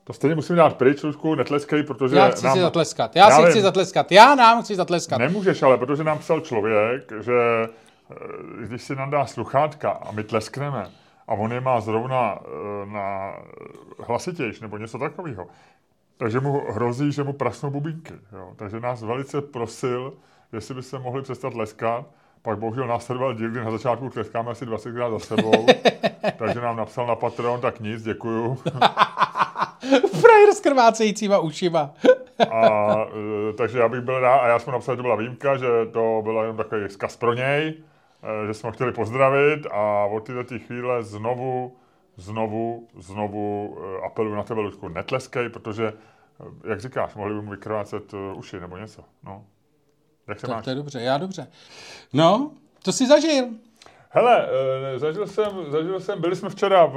To stejně musím dát pryč, Luďku, netleskej, protože... Já chci si zatleskat. Já si chci zatleskat. Já nám chci zatleskat. Nemůžeš, ale protože nám psal člověk, že když si nám dá sluchátka a my tleskneme a on je má zrovna na hlasitějš nebo něco takového, takže mu hrozí, že mu prasnou bubínky. Jo? Takže nás velice prosil, jestli by se mohli přestat tleskat. Pak bohužel následoval díl, kdy na začátku tleskáme asi 20krát za sebou. Takže nám napsal na Patreon, tak nic, děkuju. Frajer s krvácejícíma ušima. Takže já bych byl rád, a já jsem napsal, že to byla výjimka, že to byl jenom takový vzkaz pro něj, že jsme ho chtěli pozdravit a od této chvíle znovu apeluju na tebe, Luďku, netleskej, protože, jak říkáš, mohli by mu vykrvácet uši nebo něco. No. Jak se máš? To je dobře, já dobře. No, to jsi zažil. Hele, zažil jsem, byli jsme včera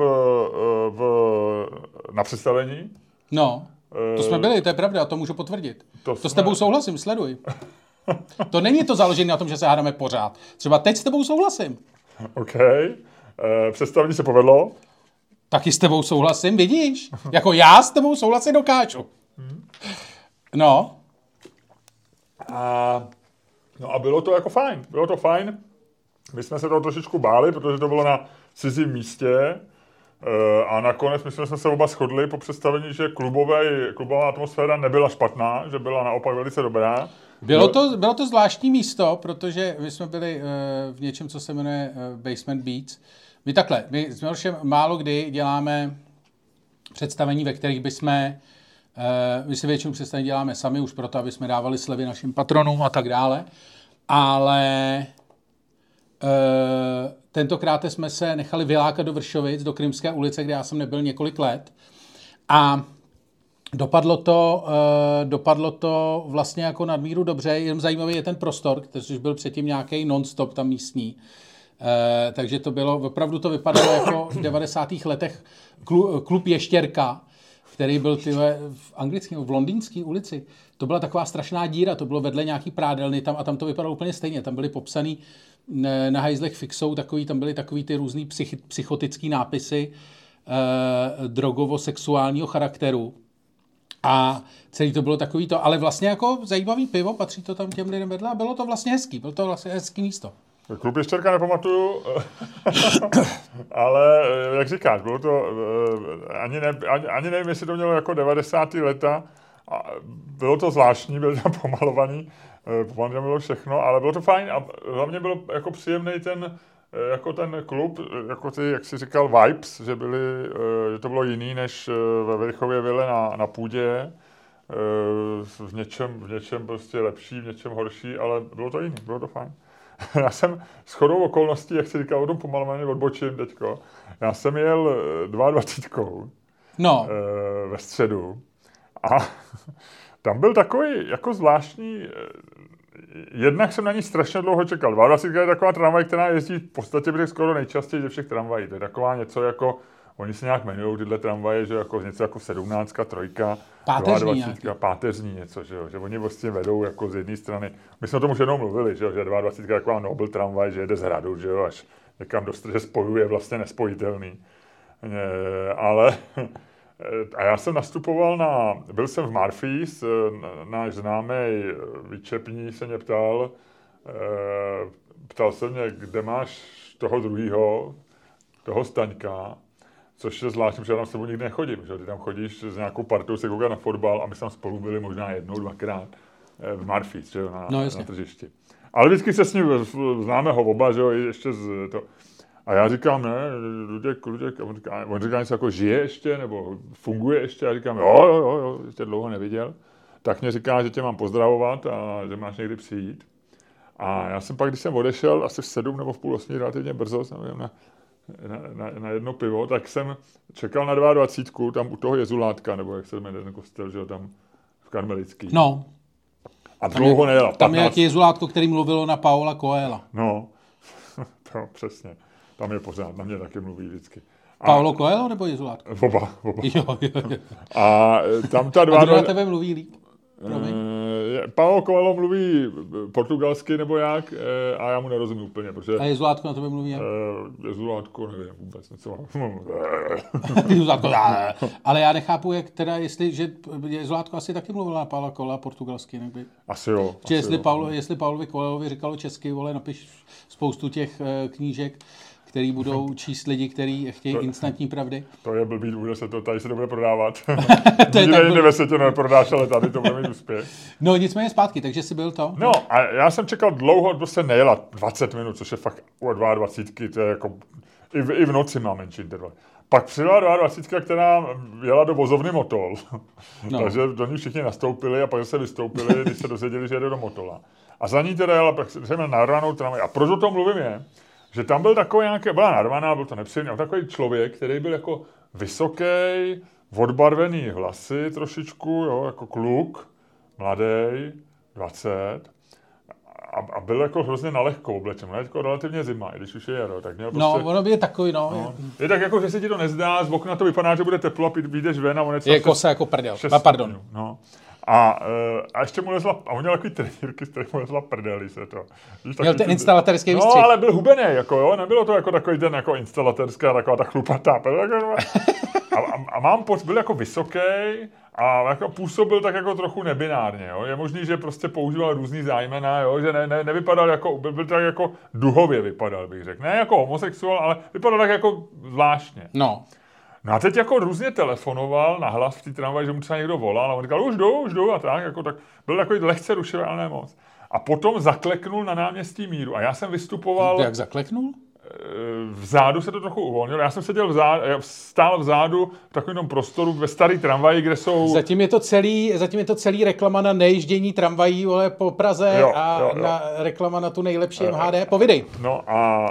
na představení. No, to jsme byli, to je pravda, to můžu potvrdit. To s tebou souhlasím, sleduj. To není to založené na tom, že se hádáme pořád. Třeba teď s tebou souhlasím. OK. Představení se povedlo. Taky s tebou souhlasím, vidíš? Jako já s tebou souhlasit dokážu. No. A bylo to jako fajn. Bylo to fajn. My jsme se toho trošičku báli, protože to bylo na cizím místě. A nakonec jsme se oba shodli po představení, že klubová atmosféra nebyla špatná, že byla naopak velice dobrá. Bylo to zvláštní místo, protože my jsme byli v něčem, co se jmenuje Basement Beats. My s Milošem málo kdy děláme představení, ve kterých my si většinou představení děláme sami, už proto, aby jsme dávali slevy našim patronům a tak dále. Ale tentokrát jsme se nechali vylákat do Vršovic, do Krymské ulice, kde já jsem nebyl několik let. A dopadlo to vlastně jako nadmíru dobře, jenom zajímavý je ten prostor, který byl předtím nějaký non-stop tam místní. Takže opravdu to vypadalo jako v 90. letech klub Ještěrka, který byl v londýnské ulici. To byla taková strašná díra, to bylo vedle nějaký prádelny tam a tam to vypadalo úplně stejně. Tam byly popsaný na hajzlech fixou, tam byly takový ty různý psychotický nápisy drogovo-sexuálního charakteru. A celý to bylo takový to, ale vlastně jako zajímavý pivo, patří to tam těm lidem vedle a bylo to vlastně hezký místo. Klub Ještěrka nepamatuju, ale jak říkáš, bylo to, ani nevím, jestli to mělo jako 90. leta, bylo to zvláštní, byl tam pomalovaný, bylo všechno, ale bylo to fajn a hlavně bylo jako příjemný ten klub, jako ty, jak jsi říkal, vibes, že to bylo jiný než ve Verchově vile na půdě, v něčem prostě lepší, v něčem horší, ale bylo to jiný, bylo to fajn. Já jsem shodou okolností, jak jsi říkal, o tom pomalovaně odbočím teďko, já jsem jel 22 ve středu a tam byl takový jako zvláštní, jednak jsem na ní strašně dlouho čekal. 22 je taková tramvaj, která jezdí v podstatě skoro nejčastěji ze všech tramvají. To je taková něco jako, oni se nějak jmenují tyhle tramvaje, že jako něco jako 17, 3, páteřní něco, že oni vlastně vedou jako z jedné strany. My jsme o tom už jednou mluvili, že 22 je taková Nobel tramvaj, že jede z hradu, že jo, až někam že spojuje vlastně nespojitelný. Ale a já jsem nastupoval byl jsem v Murphys, náš známý výčepní se mě ptal se mě, kde máš toho druhýho, toho Staňka, což je zvláštní, protože já tam s tebou nikdy nechodím, že ty tam chodíš s nějakou partou se koukat na fotbal a my jsme spolu byli možná 1, 2krát v Murphys, že jo, na tržišti. Ale vždycky se s ním známe ho oba, že jo, ještě z to. A já říkám, ne, Luděk, on říká něco jako žije ještě, nebo funguje ještě, a říkám, jo, ještě dlouho neviděl. Tak mě říká, že tě mám pozdravovat a že máš někdy přijít. A já jsem pak, když jsem odešel, asi v 7 nebo v půl 8 relativně brzo, jsem na jedno pivo, tak jsem čekal na 22, tam u toho Jezulátka, nebo jak se jmenuje ten kostel, že jo, tam v Karmelický. No. A dlouho nejela. Tam je jaký Jezulátko, který mluvilo na Paula Coelha. No, to přesně. Tam je pořád, na mě taky mluví vždycky. Paulo Coelho nebo Jezulátko? Oba. Jo. A tam ta A kdo na tebe mluví líp? Paulo Coelho mluví portugalsky nebo jak a já mu nerozumím úplně, protože... A Jezulátko na tebe mluví jak? Jezulátko, nevím vůbec něco. Ale já nechápu, jak teda, že Jezulátko asi taky mluvila na Paula Coelha portugalsky, neby. Asi jo. Že jestli Paulovi Coelhovi říkalo česky, vole, napiš spoustu těch knížek, který budou číst lidi, kteří chtějí instantní pravdy. To je blbý, tady se to bude prodávat. Nikde ve světě neprodáš, ale tady to bude mít úspěch. No nicméně zpátky, takže jsi byl to? No a já jsem čekal dlouho, to se nejela 20 minut, což je fakt o 22, to je jako, i v noci má menší interval. Pak přijela 22, která jela do vozovny Motol. No. Takže do ní všichni nastoupili a pak zase vystoupili, když se dozvěděli, že jede do Motola. A za ní teda jela, pak jsem měl narvanou tramvaj. A proč o tom mluvím je, že tam byl takový byla narvaná, byl to nepříjemný, a takový člověk, který byl jako vysoký, odbarvený hlasy trošičku, jo, jako kluk, mladý, 20, a byl jako hrozně nalehko oblečen, jako relativně zima, i když už je jaro, tak měl prostě... No, ono je takový, no. Je tak jako, že se ti to nezdá, z okna to vypadá, že bude teplo a vyjdeš ven a on je kosa jako prdel, pardon. No. A ještě mu lezla, a on měl takový trenýrky, z kterých mu lezla prdeli se to. Měl ten instalatérský výstřih. No, ale byl hubený, jako jo, nebylo to jako takový ten jako instalatérská, taková ta chlupatá. A mám pocit, byl jako vysoký a jako působil tak jako trochu nebinárně, jo. Je možný, že prostě používal různý zájmena, jo, že nevypadal jako, byl tak jako duhově vypadal, bych řekl. Ne jako homosexuál, ale vypadal tak jako zvláštně. No. No a teď jako různě telefonoval na hlas v té tramvaji, že mu třeba někdo volal a on říkal, už jdu a tak, jako tak. Byl takový lehce rušivý, ale ne moc. A potom zakleknul na náměstí Míru a já jsem vystupoval... Jak zakleknul? Vzadu se to trochu uvolnilo. Já jsem stál vzadu v takovém prostoru ve starý tramvaji, kde jsou... Zatím je to celý reklama na nejíždění tramvají, vole, po Praze jo. Na reklama na tu nejlepší MHD. Povidej. No a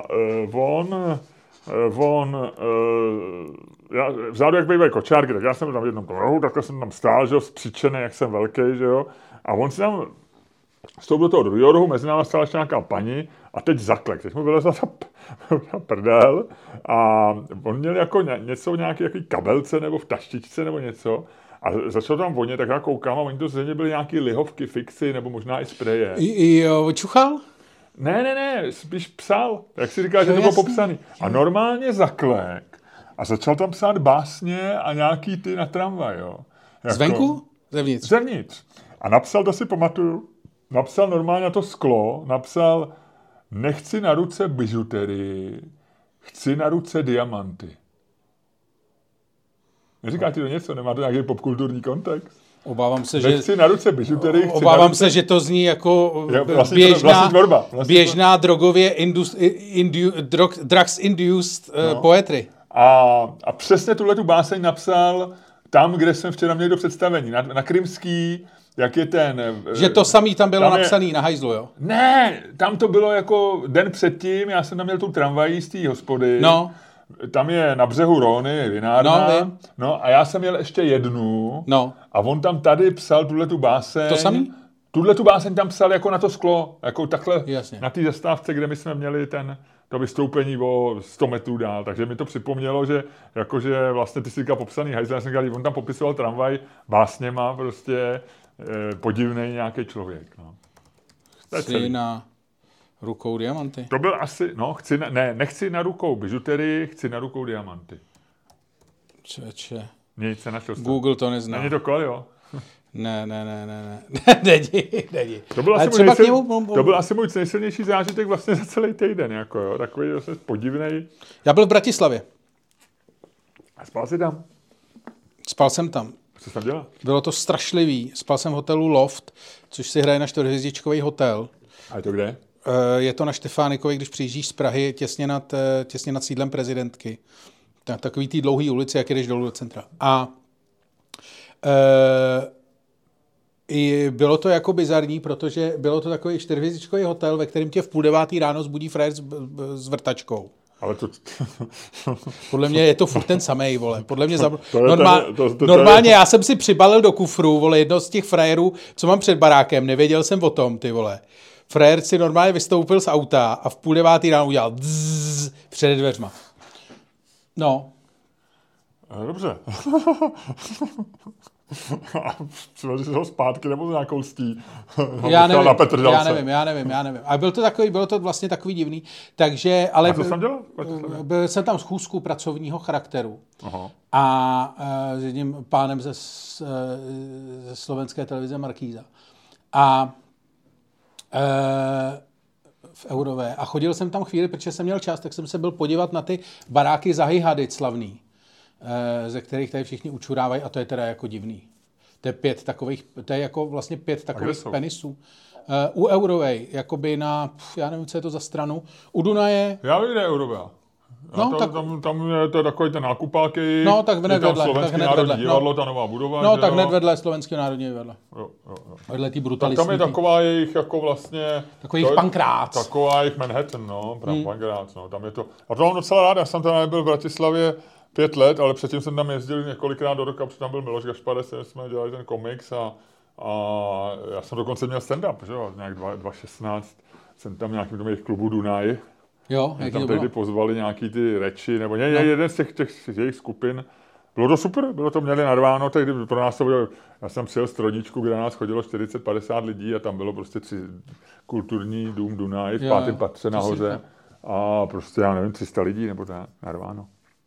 já vzadu, jak bývají kočárky, tak já jsem tam v jednom rohu, takhle jsem tam stál, že jo, zpřičený, jak jsem velký, že jo, a on si tam vstoupil do toho druhého rohu, mezi námi stála ještě nějaká paní a teď zaklek, teď mu vylezla ta prdel a on měl jako něco, nějaký kabelce nebo v taštičce nebo něco a začal tam vonět, tak já koukám a oni to zřejmě byly nějaký lihovky, fixy nebo možná i spreje. Čuchal? Ne, spíš psal, jak si říká, že to bylo popsaný. A normálně zaklek a začal tam psát básně a nějaký ty na tramvaj, jo. Jako, zvenku? Zevnitř. Zevnitř. A napsal, to si pamatuju, napsal normálně na to sklo, napsal nechci na ruce bižuterii, chci na ruce diamanty. Neříká ti to něco? Nemá to nějaký popkulturní kontext? Obávám se, nechci na ruce bižuterii, obávám se, že to zní jako běžná drogově drugs-induced poetry. A přesně tuhletu báseň napsal tam, kde jsem včera měl do představení, na Krymský, jak je ten... Že to samý tam bylo napsaný na hajzlu, jo? Ne, tam to bylo jako den předtím, já jsem tam měl tu tramvají z té hospody. No. Tam je na břehu Róny vinárna. No a já jsem měl ještě jednu. No. A on tam tady psal tuhletu báseň. To samý? Tuhletu báseň tam psal jako na to sklo, jako takhle. Jasně. Na té zastávce, kde my jsme měli to vystoupení o 100 metrů dál. Takže mi to připomnělo, že jakože vlastně ty si říkal popsaný hajzl, já jsem říkal, on tam popisoval tramvaj básněma, prostě podivnej nějaký člověk. No. Chci na rukou diamanty. To byl asi, nechci na rukou bižuterii, chci na rukou diamanty. Čeče. Nic se našel. Google to nezná. Není to Coelho? Ne. Není. To byl asi můj nejsilnější zážitek vlastně za celý týden, jako jo, takový vlastně podivnej. Já byl v Bratislavě. A spal jsi tam? Spal jsem tam. Co jsi tam dělal? Bylo to strašlivý. Spal jsem v hotelu Loft, což si hraje na 4hvězdičkový hotel. A je to kde? Je to na Štefánikovi, když přijíždíš z Prahy, těsně nad sídlem prezidentky. Takový tý dlouhý ulici, jak jdeš dolů do centra. A bylo to jako bizarní, protože bylo to takový 4hvězdičkový hotel, ve kterém tě v 8:30 ráno zbudí frajer s vrtačkou. Ale to... Podle mě je to furt ten samej, vole. Podle mě normálně já jsem si přibalil do kufru, vole, jedno z těch frajerů, co mám před barákem, nevěděl jsem o tom, ty vole. Frajer si normálně vystoupil z auta a v 8:30 ráno udělal dzz před dveřma. No. Dobře. a přivezli se ho zpátky nebo s nějakou stí. Já nevím, na Petržalce. já nevím. A bylo to vlastně takový divný. Takže, ale a co jsi tam dělal? Byl jsem tam schůzku pracovního charakteru. Aha. A s jedním pánem ze slovenské televize Markýza. A v Eurové. A chodil jsem tam chvíli, protože jsem měl čas, tak jsem se byl podívat na ty baráky Zahy Hadid slavný, ze kterých tady všichni učurávají, a to je teda jako divný. To je 5 takových, to je jako vlastně 5 takových penisů. U Eurovej, jakoby na, já nevím, co je to za stranu, u Dunaje. Já vím, kde je Eurovej. No, tam je to takový ten nákupáky, no, tak hned vedle, Slovenské národní divadlo, ta nová budova. No, tak hned vedle Slovenského národního divadla. Jo. Vedle tý brutalistní. Tam je taková jejich jako vlastně... Takový jejich pankrác. Taková jejich Manhattan, no, pankrác, no, tam je to. A to mám docela rád, já jsem tam nebyl v Bratislavě 5 let, ale předtím jsem tam jezdil několikrát do roka, protože tam byl Miloš Gašpar, jsme dělali ten komiks a já jsem dokonce měl stand-up, že jo, nějak 2016 jsem tam nějakým do mých klubů Dunaj. Jo, jaký tam to bylo? tehdy pozvali nějaký ty reči, nebo jeden z těch jejich skupin. Bylo to super, bylo to měli narváno, tehdy pro nás to bylo, já jsem přijel z Troničku, kde na nás chodilo 40-50 lidí a tam bylo prostě kulturní dům Dunaj v 5. patře nahoře a prostě, já nevím, 300 lidí nebo tak, narváno.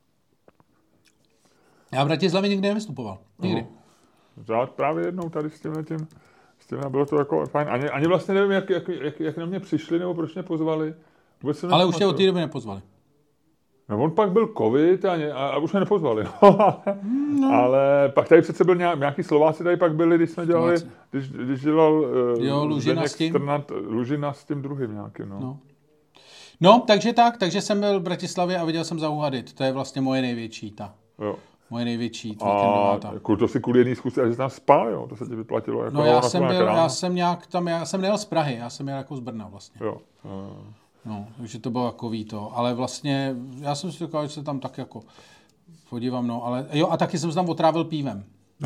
Já v Bratislavě nikdy nevystupoval. Nikdy. No, právě jednou tady s tímhletím, bylo to jako fajn. Ani vlastně nevím, jak na mě přišli, nebo proč mě pozvali. Ale už tě od té doby nepozvali. No on pak byl covid a už mě nepozvali. No. Ale pak tady přece byl nějaký Slováci, tady pak byli, když jsme dělali, když dělal Lužina s tím druhým nějakým. No, takže jsem byl v Bratislavě a viděl jsem Zahu Hadid. To je vlastně moje největší moje největší víkendová ta. To si kvůli jedný zkusy, že jsi tam spal, jo? To se ti vyplatilo. Jako no já jsem nejel z Prahy, já jsem jel jako z Brna vlastně. Jo. No, takže to bylo jako to, ale vlastně, já jsem si říkal, že se tam tak jako podívám, no, ale jo, a taky jsem se tam otrávil pívem.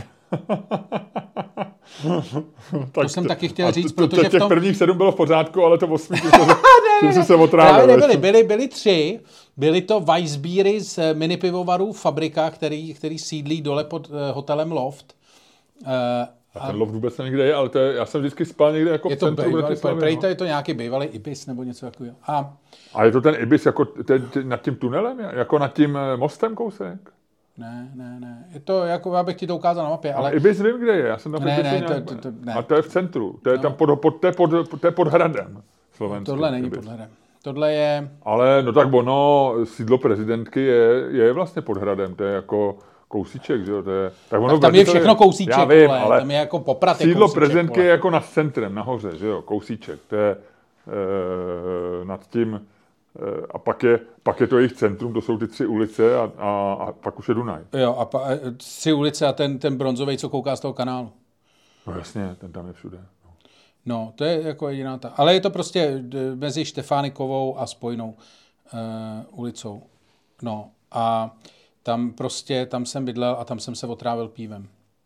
To jsem taky chtěl říct, protože těch prvních 7 bylo v pořádku, ale to 8 tím si se otrávil. Byly 3, byly to Weissbiery z minipivovarů Fabrika, který sídlí dole pod hotelem Loft. A ten Loft vůbec někde je, ale já jsem vždycky spal někde jako v centru Bratislavy. Je to nějaký bývalý Ibis nebo něco takového. A je to ten Ibis jako nad tím tunelem, jako nad tím mostem kousek? Ne. Je to jako, já bych ti to ukázal na mapě, ale... Ibis vím, kde je, já jsem tam ne. A to je v centru, to je tam pod hradem slovenským. Tohle není pod hradem. Tohle je... Ale no tak sídlo prezidentky je vlastně pod hradem, to je jako kousíček, že jo, to je... Tak tam je všechno kousíček, já vím, ale tam je jako Poprad sídlo prezidentky je jako nad centrem, nahoře, že jo, kousíček, to je nad tím... A pak je to jejich centrum, to jsou ty 3 ulice a pak už je Dunaj. Jo, a 3 ulice a ten bronzovej, co kouká z toho kanálu. No jasně, ten tam je všude. No, to je jako jediná ta. Ale je to prostě mezi Štefánikovou a Spojnou ulicou. No, a tam jsem bydlel a tam jsem se otrávil pívem.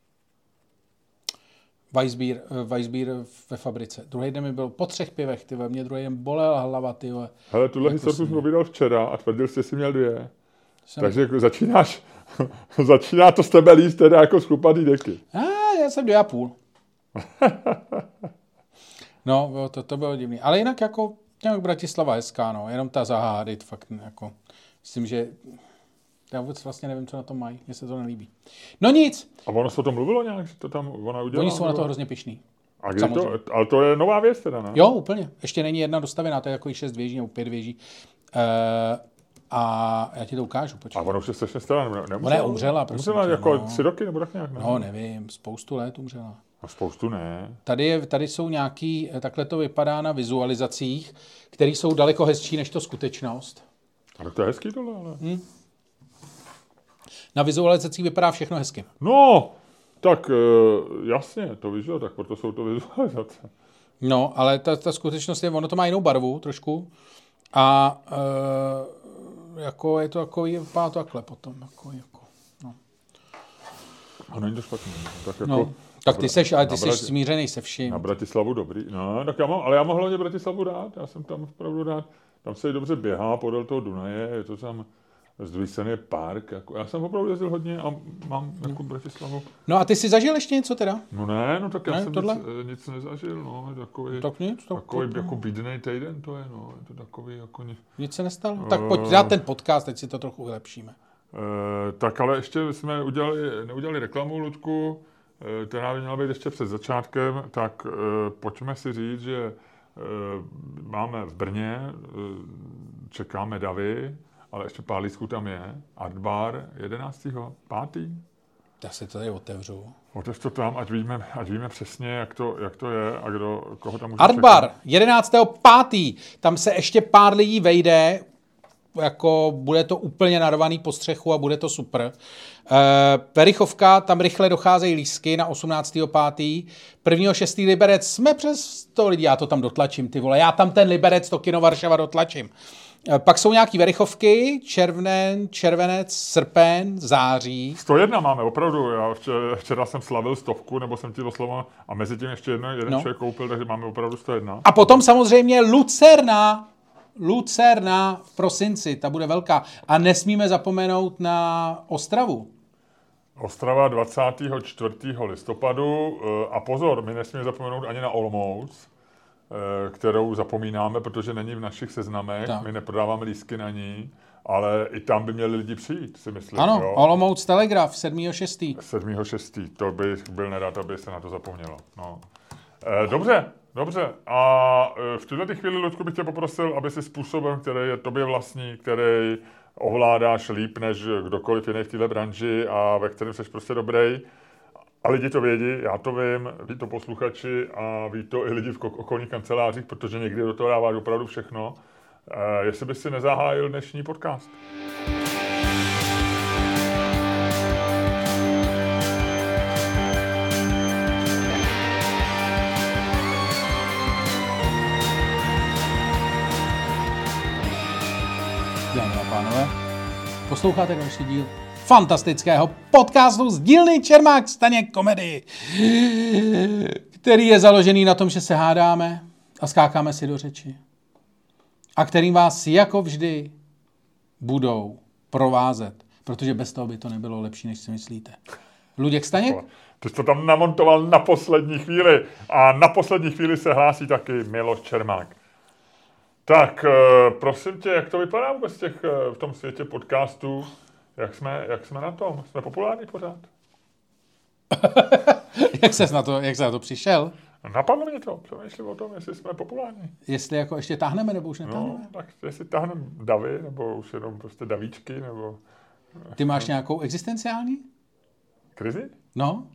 Weissbier ve Fabrice. Druhý den mi byl po 3 pivech, mě druhý den bolela hlava, tyhle. Hele, tuhle historku jsem povídal včera a tvrdil jsi, že jsi měl 2. Takže začíná to z tebe líst teda jako schlupatý deky. Já jsem 2,5. No, to bylo divný. Ale jinak jako Bratislava hezká, no. Jenom ta Zaha Hadid, fakt jako. Myslím, že já vůbec vlastně nevím, co na tom mají. Mně se to nelíbí. No nic. A ono se o tom mluvilo nějak, že to tam ona udělala? Oni jsou na to hrozně pyšný. A kdy to? Ale to je nová věc teda, ne? Jo, úplně. Ještě není jedna dostavená, to je jako 6 věží nebo 5 věží. A já ti to ukážu, počkej. A ona už je strašně stará, ona je umřela. Umřela jako 3 roky nebo tak nějak, ne? No, nevím, spoustu let umřela. A spoustu ne. Tady jsou nějaký, takhle to vypadá na vizualizacích, které jsou daleko hezčí než to skutečnost. Ale to je hezký tohle, ale... Na vizualizacích vypadá všechno hezky. No, tak jasně, to víš, tak proto jsou to vizualizace. No, ale ta skutečnost je, ono to má jinou barvu trošku a jako je to jako, vypadá to takhle potom. No. A není to špatný. Tak jako, no. Tak ty jsi smířený se vším. Na Bratislavu dobrý. No, tak já mám hlavně Bratislavu rád. Já jsem tam opravdu rád. Tam se dobře běhá podél toho Dunaje. Je to tam z druhé strany je park. Jako, já jsem opravdu jezdil hodně a mám jako Bratislavu. No a ty jsi zažil ještě něco teda? No ne, no tak já jsem tohle? nic nezažil, no. Je takový, Tak nic. takový jako bídnej týden to je, no. Je to takový jako... Nic se nestalo? Tak pojď dát ten podcast, teď si to trochu vylepšíme. Tak ale ještě jsme neudělali reklamu, Luďku, která by měla být ještě před začátkem, tak pojďme si říct, že máme v Brně, čekáme davy, ale ještě pár lístků tam je, Art Bar 11.5. Já si to tady otevřu. Otev to tam, ať víme přesně, jak to je a koho tam může Art čekat. Bar 11.5. Tam se ještě pár lidí vejde, jako bude to úplně narvaný po střechu a bude to super. Verichovka, tam rychle docházejí lístky na 18.5. 1.6. Liberec, jsme přes 100 lidí, já to tam dotlačím, ty vole. Já tam ten Liberec, to kino Varšava dotlačím. Pak jsou nějaký Verichovky, červenec, srpen, září. 101 máme, opravdu. Já včera jsem slavil 100, nebo jsem ti doslova, a mezi tím ještě jeden člověk koupil, takže máme opravdu 101. A potom samozřejmě Lucerna v prosinci, ta bude velká. A nesmíme zapomenout na Ostravu. Ostrava 24. listopadu a pozor, my nesmíme zapomenout ani na Olomouc, kterou zapomínáme, protože není v našich seznamech, my neprodáváme lístky na ní, ale i tam by měli lidi přijít, si myslím. Ano, jo? Olomouc Telegraf 7.6. 7.6. To bych byl nerad, aby se na to zapomnělo. No. Dobře. A v této chvíli, Ludku, bych tě poprosil, aby si způsobem, který je tobě vlastní, který ovládáš líp než kdokoliv jiný v této branži a ve kterém jsi prostě dobrý. A lidi to vědí, já to vím, ví to posluchači a ví to i lidi v okolních kancelářích, protože někdy do toho dáváš opravdu všechno. Jestli bys si nezahájil dnešní podcast. Dámy a pánové, posloucháte další díl fantastického podcastu z dílny Čermák Staněk Komedy, který je založený na tom, že se hádáme a skákáme si do řeči. A kterým vás jako vždy budou provázet, protože bez toho by to nebylo lepší, než si myslíte. Luděk Staněk? Ty jsi to tam namontoval na poslední chvíli a na poslední chvíli se hlásí taky Miloš Čermák. Tak, prosím tě, jak to vypadá vůbec v tom světě podcastů? Jak jsme na tom? Jsme populární pořád? Jak jsi na to přišel? Napadlo mě to. Přemýšlím o tom, jestli jsme populární. Jestli jako ještě táhneme, nebo už netáhneme? No, tak jestli táhneme davy, nebo už jenom prostě davíčky, nebo... Ty máš nějakou existenciální? Krizi? No.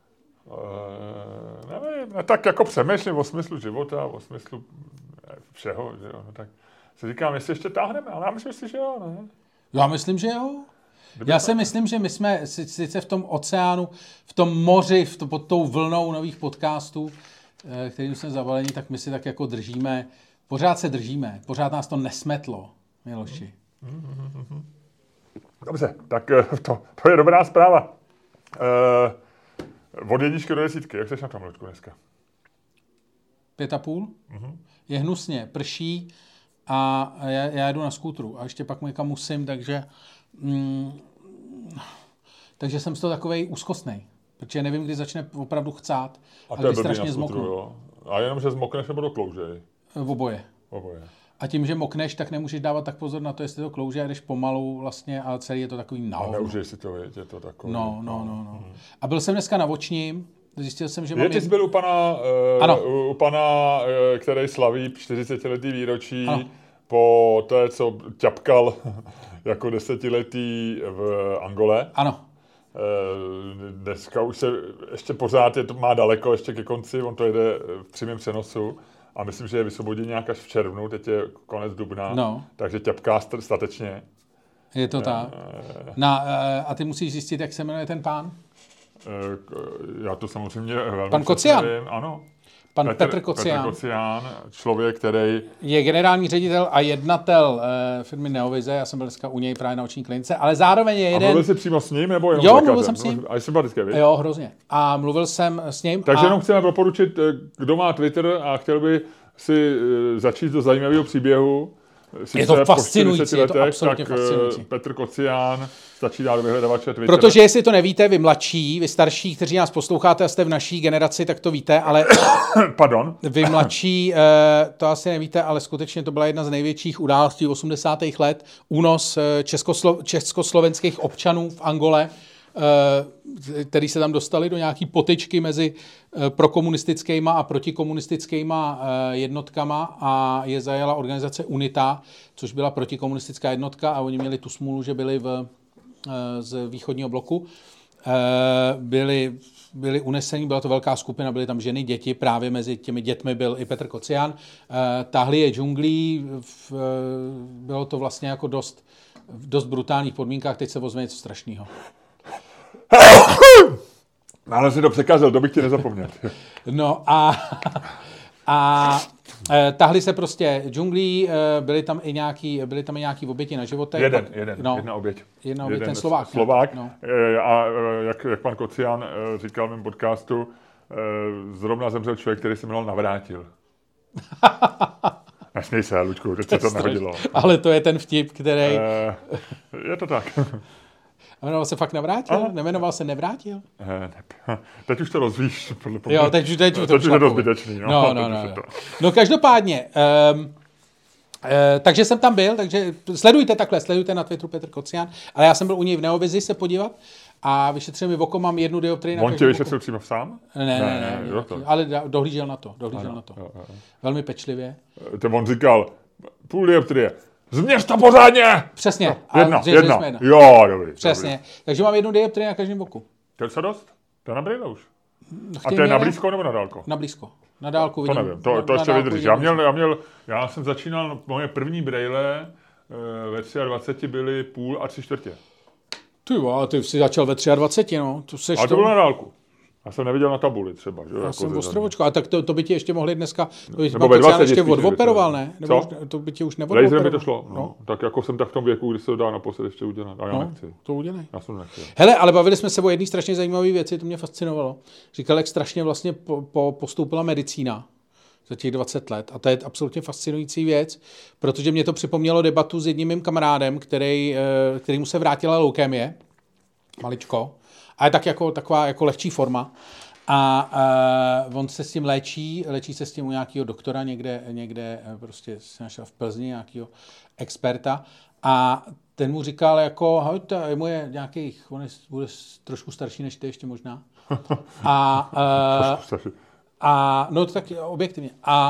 Nevím, tak jako přemýšlím o smyslu života, o smyslu všeho, že jo. No, tak si říkám, jestli ještě táhneme, ale já myslím si, že jo, ne? Já myslím, že jo. Já si myslím, že my jsme sice v tom oceánu, v tom moři, pod tou vlnou nových podcastů, kterým jsme zavaleni, tak my si tak jako držíme, pořád se držíme, pořád nás to nesmetlo, Miloši. Dobře, tak to je dobrá zpráva. Od 1 do 10, jak jsi na tom, Luďku, dneska? 5,5? Je hnusně, prší a já jedu na skútru a ještě pak někam musím, takže jsem z toho takovej úzkostnej, protože nevím, kdy začne opravdu chcát a kdy strašně zmoknu. A jenom, že zmokneš nebo dokloužej? Oboje. A tím, že mokneš, tak nemůžeš dávat tak pozor na to, jestli to klouže a jdeš pomalu vlastně, ale celý je to takový nahovno. A neužij si to, je to takový. No. A byl jsem dneska na Vočním, zjistil jsem, že mám... Ty jsi byl u pana, který slaví 40letý výročí po té, co ťapkal jako 10letý v Angole. Ano. Dneska už se ještě pořád má daleko ještě ke konci, on to jede v přímém přenosu a myslím, že je vysvobodí nějak až v červnu, teď je konec dubna, takže ťapká statečně. Je to tak. A ty musíš zjistit, jak se jmenuje ten pán? Já to samozřejmě velmi pan Kocián. Nevím, ano. Petr Kocián. Petr Kocián, člověk, který... Je generální ředitel a jednatel firmy Neovize, já jsem byl dneska u něj právě na oční klinice, ale zároveň je jeden... A mluvil jsi přímo s ním, nebo jenom Jo, mluvil jsem s ním. A je sympatické, víš? Jo, hrozně. A mluvil jsem s ním. Takže jenom chceme doporučit, kdo má Twitter a chtěl by si začít do zajímavého příběhu, Je to fascinující, je to absolutně fascinující. Petr Kocián stačí dát do vyhledávače Twitter. Protože jestli to nevíte, vy mladší, vy starší, kteří nás posloucháte a jste v naší generaci, tak to víte, ale Pardon. Vy mladší, to asi nevíte, ale skutečně to byla jedna z největších událostí 80. let. Únos československých občanů v Angole, který se tam dostali do nějaký potyčky mezi prokomunistickýma a protikomunistickýma jednotkama a je zajala organizace UNITA, což byla protikomunistická jednotka a oni měli tu smůlu, že byli z východního bloku. Byli unesení, byla to velká skupina, byly tam ženy, děti, právě mezi těmi dětmi byl i Petr Kocián. Táhli je džunglí, bylo to vlastně jako v dost brutálních podmínkách, teď se ozve něco strašného. Ale si to překazil, to bych ti nezapomněl. No a tahli se prostě džunglí, byly tam i nějaký oběti na životech. Jedna oběť. Jedna oběť, ten Slovák. Slovák. No. A jak pan Kocián říkal v mém podcastu, zrovna zemřel člověk, který se jmenoval Navrátil. Nesmí se, Luďku, teď se to nahodilo. Ale to je ten vtip, který... Je to tak. A jmenoval se fakt Navrátil? Aha. Nemenoval se Nevrátil? Teď už to rozvíš. Jo, teď už je to zbytečný. No každopádně, takže jsem tam byl, takže sledujte na Twitteru Petr Kocián, ale já jsem byl u něj v Neovizi se podívat a vyšetřil mi oko, mám 1 dioptrii na On tě vyšetřil přímo sám? Ne, ale dohlížel na to. Jo. Velmi pečlivě. To on říkal, půl dioptrie. Změř to pořádně! Přesně. Jedna. Jo, dobrý. Přesně. Dobrý. Takže mám 1 dioptrii na každém boku. To je co dost? To je na brýle už. A to je na blízko nebo na dálko? Na blízko. Na dálku vidím. To nevím, to ještě vydrží. Já jsem začínal, moje první brýle ve 23 byly půl a 3/4. Ty jsi začal ve 23, no. A to bylo na dálku. Já jsem neviděl na tabuli třeba. Že? Já jsem ostrovočko, a tak to by ti ještě mohli dneska... Nebo ve 20 ještě odoperoval, ne? Nebo to by ti už neodoperoval. Laserem by to šlo. No. Tak jako jsem tak v tom věku, kdy se to dá naposled ještě udělat. A já nechci. To udělej. Já jsem nechci. Hele, ale bavili jsme se o jedné strašně zajímavé věci, to mě fascinovalo. Říkal, jak strašně vlastně postoupila medicína za těch 20 let. A to je absolutně fascinující věc, protože mě to připomnělo debatu s jedním mým kamarádem, kterýmu se vrátila leukémie, maličko. A je tak jako taková jako lehčí forma. A on se s tím léčí se s tím u nějakého doktora někde prostě se našel v Plzni, nějakého experta. A ten mu říkal jako, mu je nějakých, on bude trošku starší než ty ještě možná. A no tak objektivně.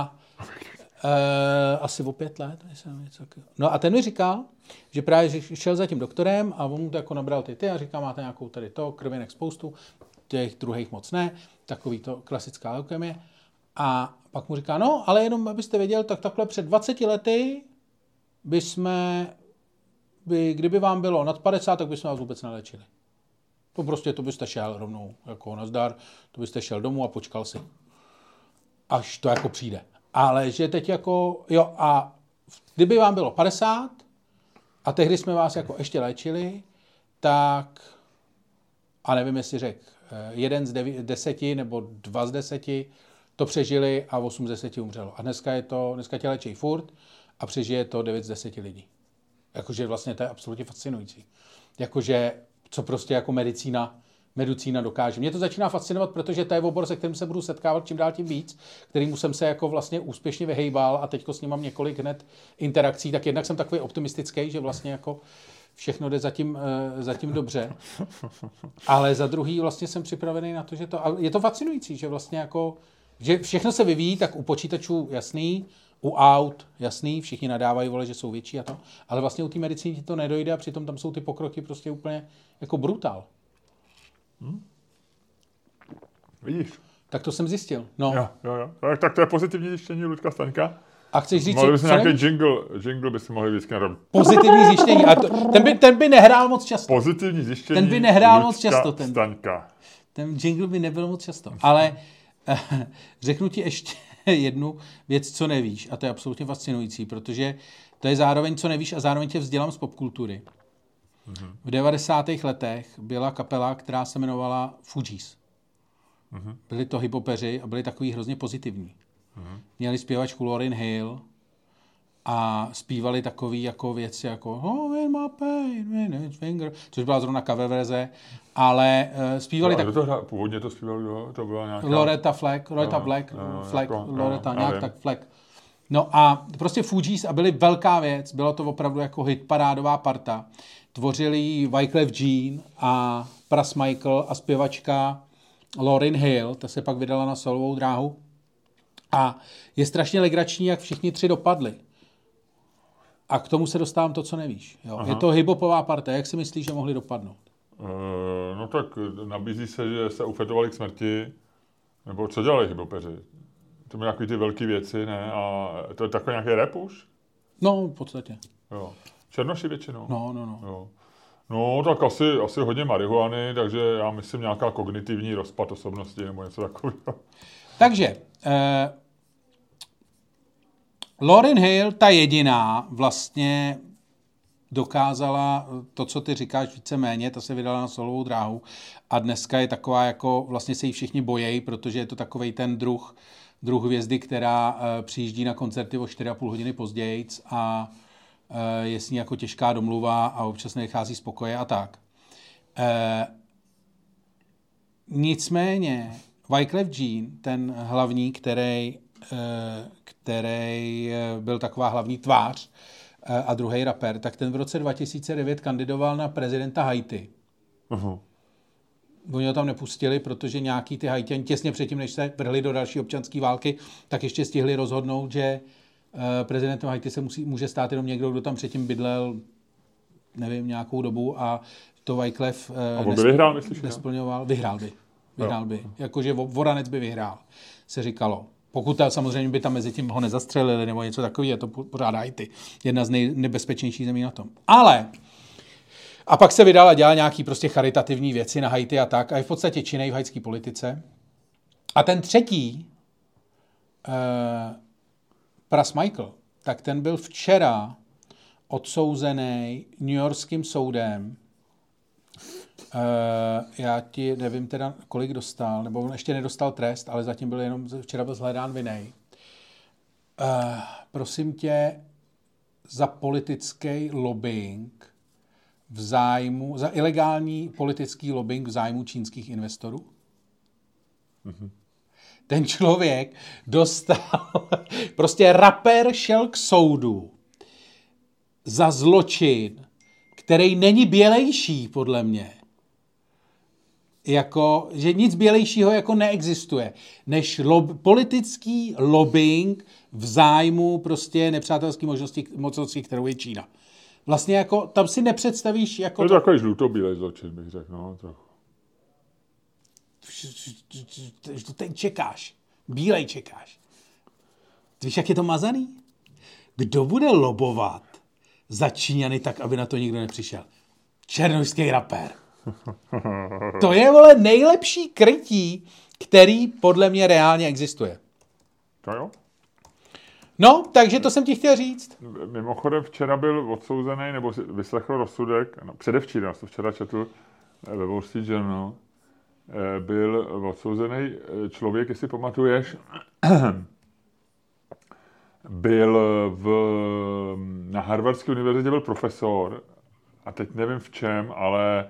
Asi o 5 let. No a ten mi říkal, že právě šel za tím doktorem a on mu to jako nabral ty a říká, máte nějakou tady krvinek spoustu, těch druhých moc ne, takový to klasická leukemie. A pak mu říká, no, ale jenom abyste věděl, tak takhle před 20 lety kdyby vám bylo nad 50, tak bychom vás vůbec neléčili. To byste šel rovnou jako nazdar, to byste šel domů a počkal si. Až to jako přijde. Ale že teď jako, jo, a kdyby vám bylo 50 a tehdy jsme vás jako ještě léčili, tak, a nevím, jestli řekl, 1 z 10 nebo 2 z 10 to přežili a 8 z 10 umřelo. A dneska tě léčí furt a přežije to 9 z 10 lidí. Jakože vlastně to je absolutně fascinující. Jakože, co prostě jako medicína dokáže. Mě to začíná fascinovat, protože to je obor, se kterým se budu setkávat čím dál tím víc, kterýmu jsem se jako vlastně úspěšně vyhejbal a teďko s ním mám několik hned interakcí, tak jednak jsem takový optimistický, že vlastně jako všechno jde zatím dobře. Ale za druhý vlastně jsem připravený na to, že to... A je to fascinující, že vlastně jako... Že všechno se vyvíjí, tak u počítačů jasný, u aut jasný, všichni nadávají, že jsou větší a to. Ale vlastně u té medicíny ti to nedojde a přitom tam jsou ty pokroky prostě úplně jako brutál. Vidíš. Tak to jsem zjistil. No. Jo. Tak to je pozitivní zjištění Luďka Staňka. A chceš říct, mohli bychom nějaký jingle by si mohli vždycky nadat. Pozitivní zjištění. A ten by nehrál moc často. Pozitivní zjištění ten by nehrál Luďka moc často. Staňka. Ten jingle by nebyl moc často. Ale řeknu ti ještě jednu věc, co nevíš. A to je absolutně fascinující, protože to je zároveň, co nevíš a zároveň tě vzdělám z popkultury. V 90. letech byla kapela, která se jmenovala Fugees. Byli to hiphopeři a byli takový hrozně pozitivní. Měli zpěvačku Lauryn Hill a zpívali takový jako věci jako Oh, in my pain, in his finger, což byla zrovna cover verze, ale zpívali tak... Původně to zpívali, to byla nějaká... Loretta Black, nějak tak Fleck. No a prostě Fugees a byli velká věc, bylo to opravdu jako hitparádová parta. Tvořili Wyclef Jean a Pras Michael a zpěvačka Lauryn Hill, ta se pak vydala na solovou dráhu. A je strašně legrační, jak všichni tři dopadli. A k tomu se dostávám to, co nevíš. Jo? Je to hip-hopová parta, jak si myslíš, že mohli dopadnout? No tak nabízí se, že se ufetovali k smrti, nebo co dělali hip-hopeři? To byly nějaké ty velké věci, ne? A to je takový nějaký rap už? No, v podstatě. Jo. Černoši většinou? No. Jo. No, tak asi hodně marihuany, takže já myslím nějaká kognitivní rozpad osobnosti nebo něco takového. Takže, Lauryn Hill, ta jediná, vlastně dokázala to, co ty říkáš víceméně, ta se vydala na solovou dráhu a dneska je taková, jako vlastně se jí všichni bojejí, protože je to takovej ten druh hvězdy, která přijíždí na koncerty o 4,5 hodiny později a je s ní jako těžká domluva a občas nechází z pokoje a tak. Nicméně Wyclef Jean, ten hlavní, který byl taková hlavní tvář a druhý rapper, tak ten v roce 2009 kandidoval na prezidenta Haiti. Uh-huh. Oni ho tam nepustili, protože nějaký ty Haitiani těsně předtím, než se vrhli do další občanské války, tak ještě stihli rozhodnout, že prezidentem Haiti se může stát jenom někdo, kdo tam předtím bydlel, nevím, nějakou dobu a to Wyclef nesplňoval. Vyhrál by. Jakože Voranec by vyhrál, se říkalo. Pokud samozřejmě by tam mezi tím ho nezastřelili nebo něco takového, to pořád Haiti. Jedna z nejnebezpečnějších zemí na tom. Ale a pak se vydal a dělal nějaký prostě charitativní věci na Haiti a tak a je v podstatě činnej v haitské politice. A ten třetí, Pras Michael, tak ten byl včera odsouzený newyorským soudem. Já ti nevím teda, kolik dostal, nebo on ještě nedostal trest, ale zatím včera byl shledán vinnej. Prosím tě, za politický lobbying za ilegální politický lobbying v zájmu čínských investorů. Mm-hmm. Ten člověk dostal, prostě rapper šel k soudu za zločin, který není bělejší, podle mě. Jako, že nic bělejšího jako neexistuje, než politický lobbying v zájmu prostě nepřátelské mocnosti, kterou je Čína. Vlastně jako, tam si nepředstavíš jako... To je takový žlutobílej zločin, bych řekl, no, trochu. To teď čekáš. Bílej čekáš. Ty víš, jak je to mazaný? Kdo bude lobovat za Číňany tak, aby na to nikdo nepřišel? Černošský rapper. To je, vole, nejlepší krytí, který podle mě reálně existuje. To jo? No, takže to jsem ti chtěl říct. Mimochodem včera byl odsouzený, nebo vyslechl rozsudek, no, předevčírem, já jsem včera četl ve Wall Street Journal, byl odsouzený člověk, jestli pamatuješ, byl na Harvardské univerzitě byl profesor, a teď nevím v čem, ale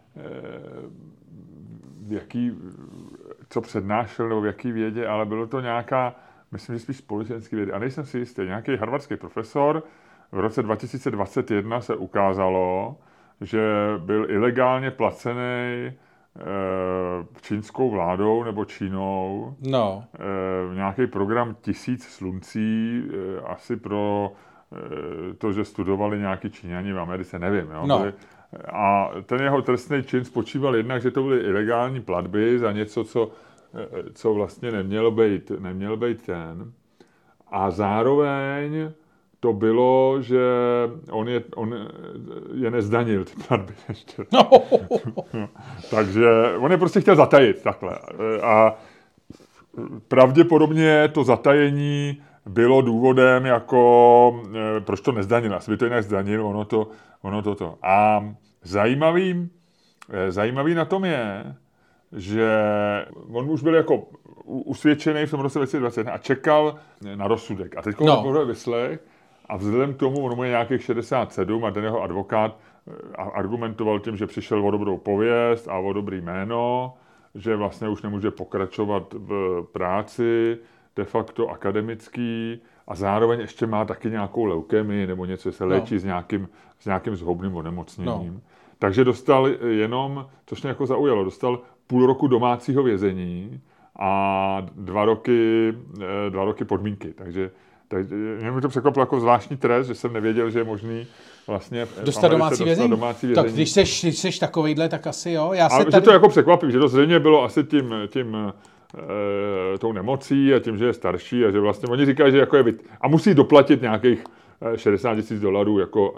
co přednášel, nebo v jaký vědě, ale bylo to nějaká, myslím, že spíš společenský vědy. A nejsem si jistý, nějaký harvardský profesor v roce 2021 se ukázalo, že byl ilegálně placený čínskou vládou nebo Čínou. No. Nějaký program 1000 sluncí, asi pro to, že studovali nějaký Číňani v Americe, nevím. Jo? No. A ten jeho trestný čin spočíval jednak, že to byly ilegální platby za něco, co vlastně neměl být ten. A zároveň to bylo, že on je nezdanil, ty platby ještě. No. Takže on je prostě chtěl zatajit takhle. A pravděpodobně to zatajení bylo důvodem, jako proč to nezdanil. Asi by to jinak zdanil, ono toto. A zajímavý na tom je, že on už byl jako usvědčený v tom roce 2020 a čekal na rozsudek. A teď ho vyslech A vzhledem k tomu, on mu je nějakých 67 a ten jeho advokát argumentoval tím, že přišel o dobrou pověst a o dobrý jméno, že vlastně už nemůže pokračovat v práci, de facto akademický, a zároveň ještě má taky nějakou leukémii nebo něco, se léčí s nějakým zhoubným onemocněním. Takže dostal jenom, což mě jako zaujalo, dostal půl roku domácího vězení a 2 roky podmínky. Takže mě to překvapilo jako zvláštní trest, že jsem nevěděl, že je možný vlastně dostat domácí vězení. Tak když seš takovejhle, tak asi jo. Ale že to jako překvapí, že to zřejmě bylo asi tou nemocí a tím, že je starší a že vlastně oni říkají, že jako je a musí doplatit nějakých $60,000 jako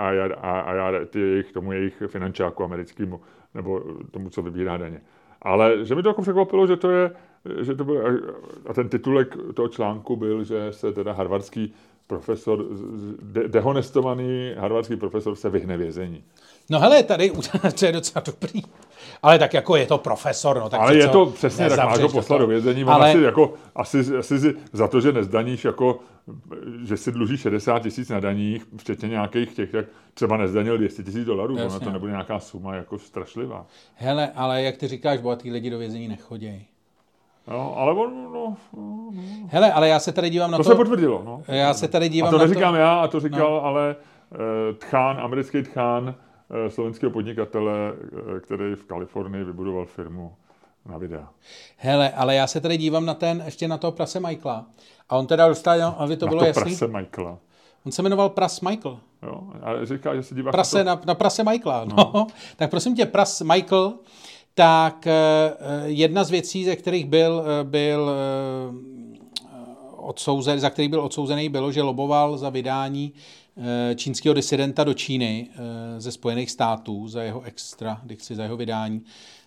tomu jejich finančáku americkému nebo tomu, co vybírá daně. Ale že mi to jako překvapilo, že to byl, a ten titulek toho článku byl, že se teda harvardský profesor, dehonestovaný harvardský profesor se vyhne vězení. No hele, tady to je docela dobrý. Ale tak jako je to profesor, no tak ale je to přesně, tak máš ho poslat do vězení. Ale asi za to, že nezdaníš, jako, že si dluží 60,000 na daních, včetně nějakých těch, tak třeba nezdanil $200,000, ono to nebude nějaká suma jako strašlivá. Hele, ale jak ty říkáš, bohatý lidi do vězení nechodějí. No, ale hele, ale já se tady dívám na to. To se potvrdilo, no. Já se tady dívám na to. A to neříkám já, a to říkal ale americký tchán slovenského podnikatele, který v Kalifornii vybudoval firmu na videa. Hele, ale já se tady dívám ještě na toho prase Michaela. A on teda dostal, aby to bylo jasný. Prase Michaela. On se jmenoval Pras Michael. Jo, a říká, že se díváš na prase Michaela. No. Tak prosím tě, Pras Michael, tak jedna z věcí, ze kterých byl odsouzen, za který byl odsouzený, bylo, že loboval za vydání čínského disidenta do Číny ze Spojených států za jeho extradikci, za jeho vydání,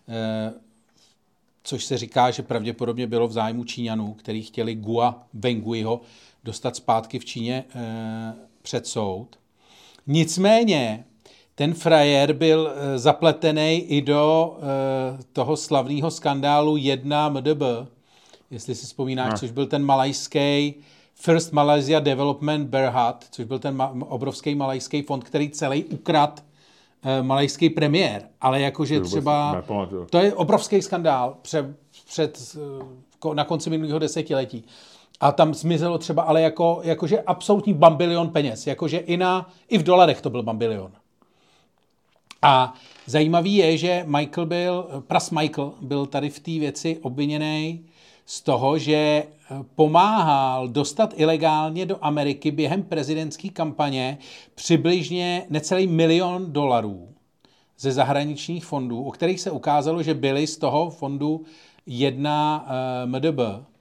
což se říká, že pravděpodobně bylo v zájmu Číňanů, kteří chtěli Gua Wenguiho dostat zpátky v Číně před soud. Nicméně ten frajer byl zapletený i do toho slavného skandálu 1 MDB, jestli si vzpomínáš, což byl ten malajský First Malaysia Development Berhad, což byl ten obrovský malajský fond, který celý ukradl malajský premiér. Ale jakože třeba... To je obrovský skandál na konci minulého desetiletí. A tam zmizelo třeba, ale jakože absolutní bambilion peněz. Jakože i v dolarech to byl bambilion. A zajímavý je, že Pras Michael byl tady v té věci obviněný z toho, že pomáhal dostat ilegálně do Ameriky během prezidentské kampaně přibližně necelý $1 milion ze zahraničních fondů, o kterých se ukázalo, že byly z toho fondu 1 MDB.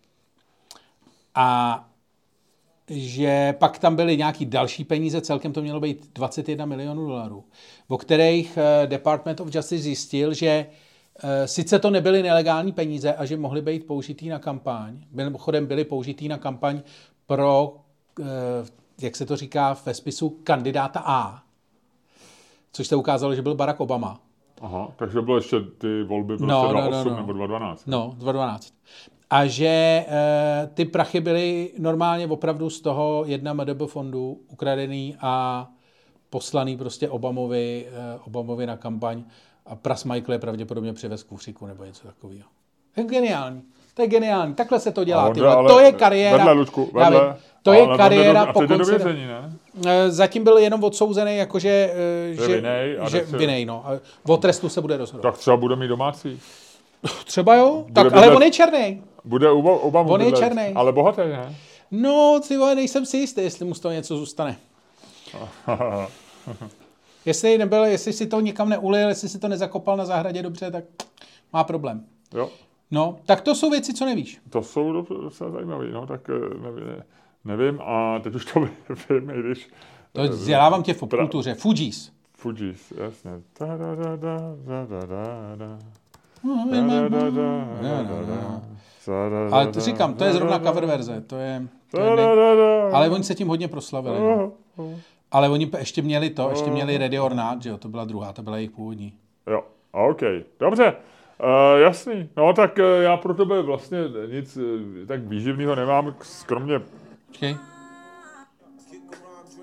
A že pak tam byly nějaký další peníze, celkem to mělo být $21 milionů, o kterých Department of Justice zjistil, že sice to nebyly nelegální peníze a že mohly být použitý na kampaň. Mimochodem byly použitý na kampaň pro, jak se to říká ve spisu, kandidáta A. Což se ukázalo, že byl Barack Obama. Aha, takže bylo ještě ty volby v roce 2008 nebo 2012. No, 2012. A že ty prachy byly normálně opravdu z toho 1 MDB fondu ukradený a poslaný prostě Obamovi na kampaň. A Pras Michael je pravděpodobně přivez k kufříku nebo něco takového. To je geniální. To je geniální. Takhle se to dělá. To je kariéra. Vedle, Lučku, to je kariéra po konci. Vězení, ne? Zatím byl jenom odsouzený, jakože vinej, no. O trestu se bude rozhodovat. Tak třeba bude mít domácí. Třeba jo. Tak, ale on je černý. Bude Obama. On je černý. Ale bohatý, ne? No, ty vole, nejsem si jistý, jestli mu z toho něco zůstane. Jestli si to nikam neulil, jestli si to nezakopal na zahradě dobře, tak má problém. Jo. No, tak to jsou věci, co nevíš. To jsou docela zajímavé, no, tak nevím a teď už to vím, i když... To vzdělávám tě v popkultuře. Fugees, jasně. Ale to říkám, to je zrovna cover verze, to je ale oni se tím hodně proslavili. No. Ale oni ještě měli Ready or Not, že jo, to byla druhá, to byla jejich původní. Jo, OK, dobře, jasný. No tak já pro tebe vlastně nic tak výživného nemám, kromě... Počkej.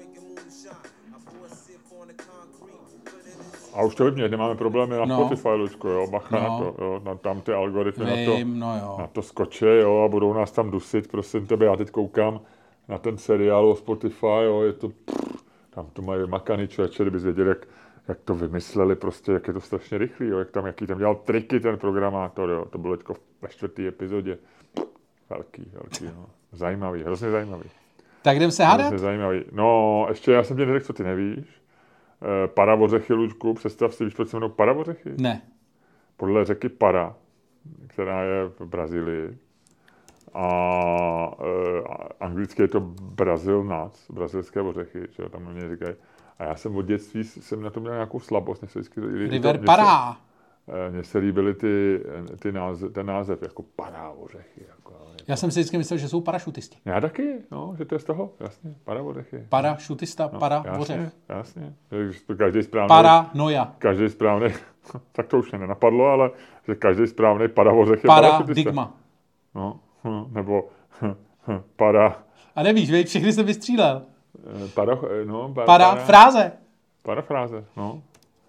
A už to vypně, nemáme problémy na Spotify, Lučko, jo, bacha No. na to, jo, tam ty algoritmy na to skoče, jo, a budou nás tam dusit, prosím tebe, já teď koukám na ten seriál o Spotify, jo, je to, tam to mají vymakaný člověče, kdybys věděl, jak to vymysleli, prostě, jak je to strašně rychlý, jo, jaký tam dělal triky ten programátor, jo, to bylo teďko ve 4. epizodě, velký, no, zajímavý, hrozně zajímavý. Tak jdem se hádat? Hrozně zajímavý. No, ještě já jsem ti neřekl, co ty nevíš. Paravořechy, Luďku, představ si, víš, proč se jmenou Paravořechy? Ne. Podle řeky Para, která je v Brazílii. A anglicky je to Brazil nuts, brazilské ořechy, že jo, tam na mě říkají. A já jsem od dětství jsem na to měl nějakou slabost. River Pará. Mně se líbily ten název, jako Pará ořechy. Jako, já jsem si vždycky myslel, že jsou parašutisti. Já taky, no, že to je z toho, jasně, Paravořechy. Parašutista, no, Paravořech. Jasně. Každý správný. Paranoja. Každý správný, tak to už mě nenapadlo, ale že každý správný Paravořech je paradigma. No, nebo para... A nevíš, víš, všechny jsem vystřílel. Parafráze. Parafráze, no.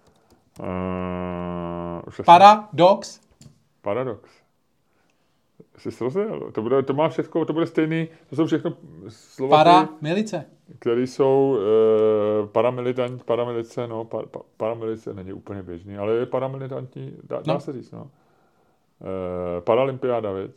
Paradox. Paradox. Jsi srozil. To má všechno, to bude stejný, to jsou všechno slova, paramilice. které jsou paramilice, no, paramilice není úplně běžný, ale je paramilitantní, dá se říct, no. Paralympiáda, viď?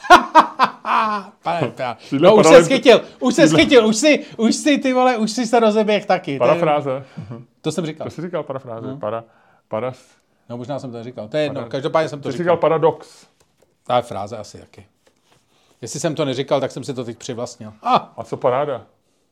No, už se schytil, už si se rozeběh taky. Parafráze. To jsem říkal. To jsi říkal parafráze. No, možná jsem to říkal. To je jedno, každopádně jsem to říkal. Ty jsi říkal paradox. Ta je fráze asi taky. Jestli jsem to neříkal, tak jsem si to teď přivlastnil. A co paráda?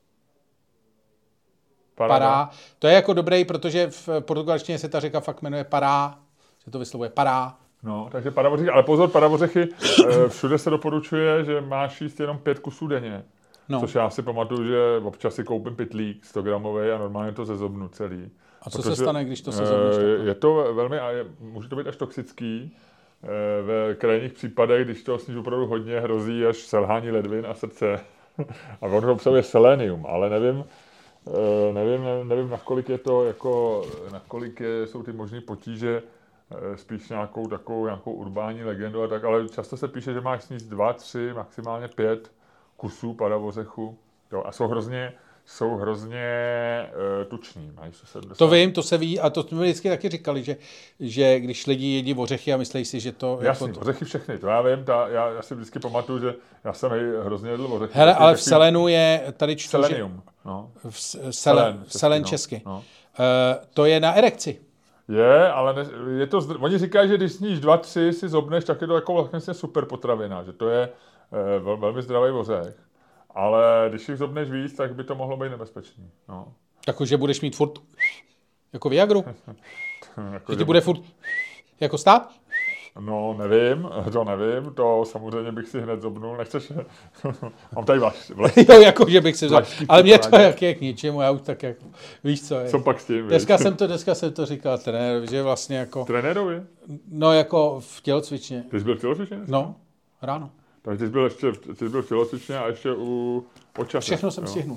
Pará. To je jako dobrý, protože v portugalštině se ta řeka fakt jmenuje Pará. Se to vyslovuje Pará. No, takže Paravořechy, ale pozor, Paravořechy, všude se doporučuje, že máš jíst jenom 5 kusů denně. No. Což já si pamatuju, že občas si koupím pytlík 100 gramový a normálně to zezobnu celý. A co se stane, když to sezobneš? Je to velmi, může to být až toxický. Ve krajních případech, když to sníš opravdu hodně, hrozí až selhání ledvin a srdce. A on obsahuje selenium, ale nevím, nakolik je to, jako, nakolik jsou ty možné potíže, spíš nějakou urbání legendu a tak, ale často se píše, že máš sníst 2, 3, maximálně 5 kusů paravořechu. Jo, a jsou hrozně tuční. Mají 70. To vím, to se ví a to jsme vždycky taky říkali, že když lidi jedí ořechy a myslí si, že to... Jasný, jako ořechy všechny, to já vím, já si vždycky pamatuju, že já jsem hrozně jedl ořechy. Hele, ale v selenu je tady čtu, selenium, no. Selen česky. No. To je na erekci. Je, ale je to, oni říkají, že když sníš 2, 3 si zobneš, tak je to jako vlastně super potravina, že to je velmi zdravý ořech. Ale když jich zobneš víc, tak by to mohlo být nebezpečný. No. Takže budeš mít furt jako Viagru? Že ti bude furt jako stát? No, nevím, to samozřejmě bych si hned zobnul, nechceš, mám tady Jo, jako, že bych si vzal, ale mě to jak je k ničemu, já už tak jako, víš co je. Co pak s tím, Dneska jsem to říkal trenérovi, že vlastně jako... Trenérovi? No, jako v tělocvičně. Ty jsi byl v tělocvičně? No, ráno. Takže ty jsi byl v tělocvičně a ještě u počasí. Všechno jsem stihnul.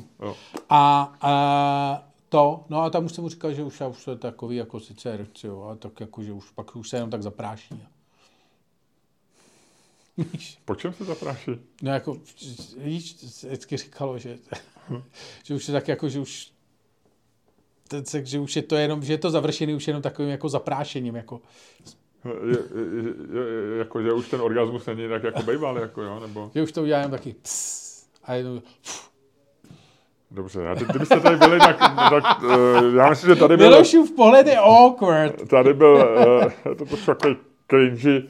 A tam už jsem mu říkal, že už to je takový jako sice erekci, a tak jako, že pak už se jenom tak zapráší. Po čem se zapráší? No jako, víš, vždycky říkalo, že už je tak jako, že už je to jenom, že je to završený už jenom takovým jako zaprášením, jako. Jako, že už ten orgasmus není tak jako bejval, jako jo, nebo... Že už to udělám taky a jenom... Dobře, kdybyste tady byli, tak já myslím, že tady byl... Milošův pohled je awkward. Tady byl, to takový cringy.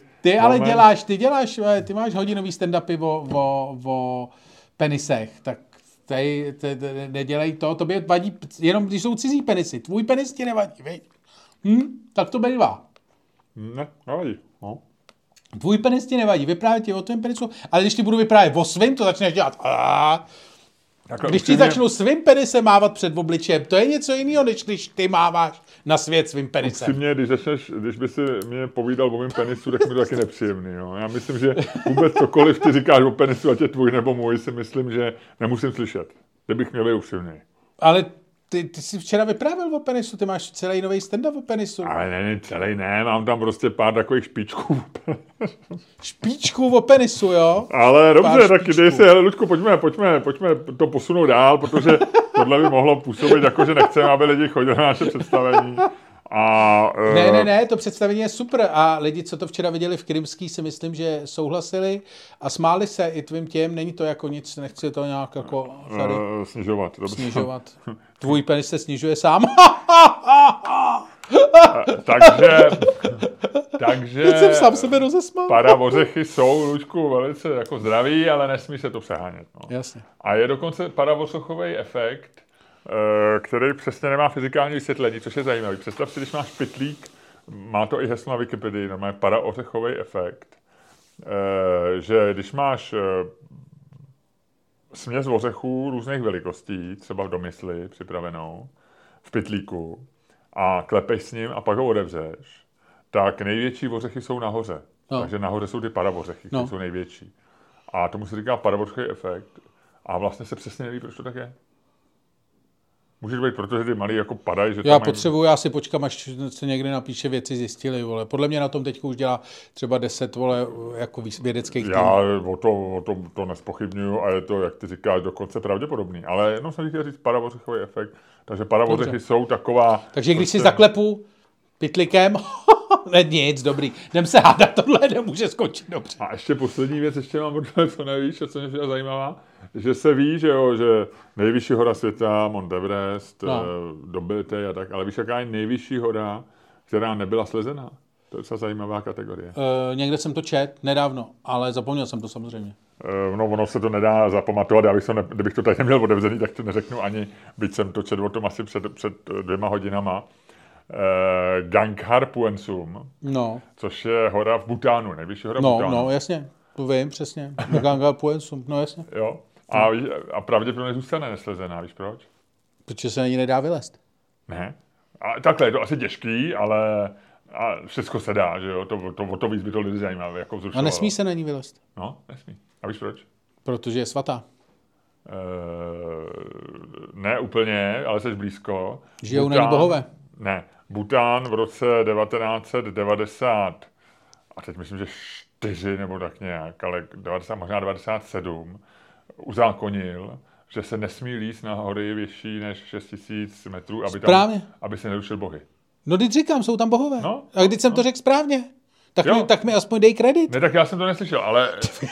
Ty máš hodinový stand-upy o penisech, tak tady nedělej to, tobě vadí jenom, když jsou cizí penisy. Tvůj penis ti nevadí, viď? Tak to bývá. Ne, nevadí. No. Tvůj penis ti nevadí, vyprávět ti o tvém penisu, ale když ti budu vyprávět o svým, to začneš dělat. Když ti začnu svým penisem mávat před obličejem, to je něco jiného, než když ty máváš na svět svým penisem. Upřímně, když by si mě povídal o mém penisu, tak mi to taky nepříjemný. Jo? Já myslím, že vůbec cokoliv ty říkáš o penisu, ať je tvůj nebo můj, si myslím, že nemusím slyšet. Kdybych měl být upřímný. Ale Ty jsi včera vyprávěl o penisu, ty máš celý nový stand-up o penisu. Ale ne, celý ne, mám tam prostě pár takových špičků. Špičků o penisu, jo? Ale dobře, Pár tak špičků. dej si, hele, Luďku, pojďme to posunout dál, protože tohle by mohlo působit jako, že nechceme, aby lidi chodili na naše představení. A, Ne, to představení je super a lidi, co to včera viděli v Krymský, si myslím, že souhlasili a smáli se i tvým těm, není to jako nic, nechci to nějak jako tady snižovat. Dobře. snižovat. Tvůj penis se snižuje sám. Takže Teď jsem sám sebe rozesmál. paravořechy jsou, Luďku, velice jako zdraví, ale nesmí se to přehánět. No. Jasně. A je dokonce paravosochový efekt, který přesně nemá fyzikální vysvětlení, což je zajímavý. Představ si, když máš pytlík, má to i heslo na Wikipedii, normálně paraořechový efekt, že když máš směs ořechů různých velikostí, třeba v domysli připravenou, v pytlíku, a klepeš s ním a pak ho otevřeš, tak největší ořechy jsou nahoře. No. Takže nahoře jsou ty paravořechy, které jsou největší. A tomu se říká paravořechový efekt. A vlastně se přesně neví, proč to tak je. Může být, protože ty malí jako padají, že Já si počkám, až se někde napíše věci zjistili, vole. Podle mě na tom teď už dělá třeba 10, vole, jako vědeckých týmů. Já to nespochybnuju a je to, jak ty říkáš, dokonce pravděpodobný. Ale jenom jsem chtěl říct paravořechový efekt. Takže paravořechy jsou taková... Takže když si zaklepu pytlikem, ne nic, dobrý. Jdem se hádat, tohle nemůže skončit dobře. A ještě poslední věc, ještě mám od toho, co nevíš, a co mě je zajímavá, že se ví, že nejvyšší hora světa, Mount Everest, dobytej a tak, ale víš, jaká je nejvyšší hora, která nebyla slezená? To je docela zajímavá kategorie. Někde jsem to čet nedávno, ale zapomněl jsem to samozřejmě. No, ono se to nedá zapamatovat, kdybych to tady neměl otevřený, tak to neřeknu ani, byť jsem to četl o tom asi před 2 hodinama. Ganghar Puensum, což je hora v Bhutánu, nejvyšší hora v Bhutánu. No, jasně, to vím přesně. Ganghar Puensum, no jasně. Jo. A pravděpodobně zůstane neslezená, víš proč? Protože se na ní nedá vylézt. Ne. A takhle je to asi těžký, ale všechno se dá, že jo? To víc by to lidi zajímalo, jako vzrušovalo. A nesmí se na ní vylézt. No, nesmí. A víš proč? Protože je svatá. Ne úplně, ale jsi blízko. Žijou na ní bohové. Ne. Bhután v roce 1990, a teď myslím, že 4 nebo tak nějak, ale 90, možná 97, uzákonil, že se nesmí líst na hory vyšší než 6000 metrů, aby se nerušil bohy. No, teď říkám, jsou tam bohové. No, a když jsem to řekl správně, tak mi aspoň dej kredit. Ne, tak já jsem to neslyšel, ale...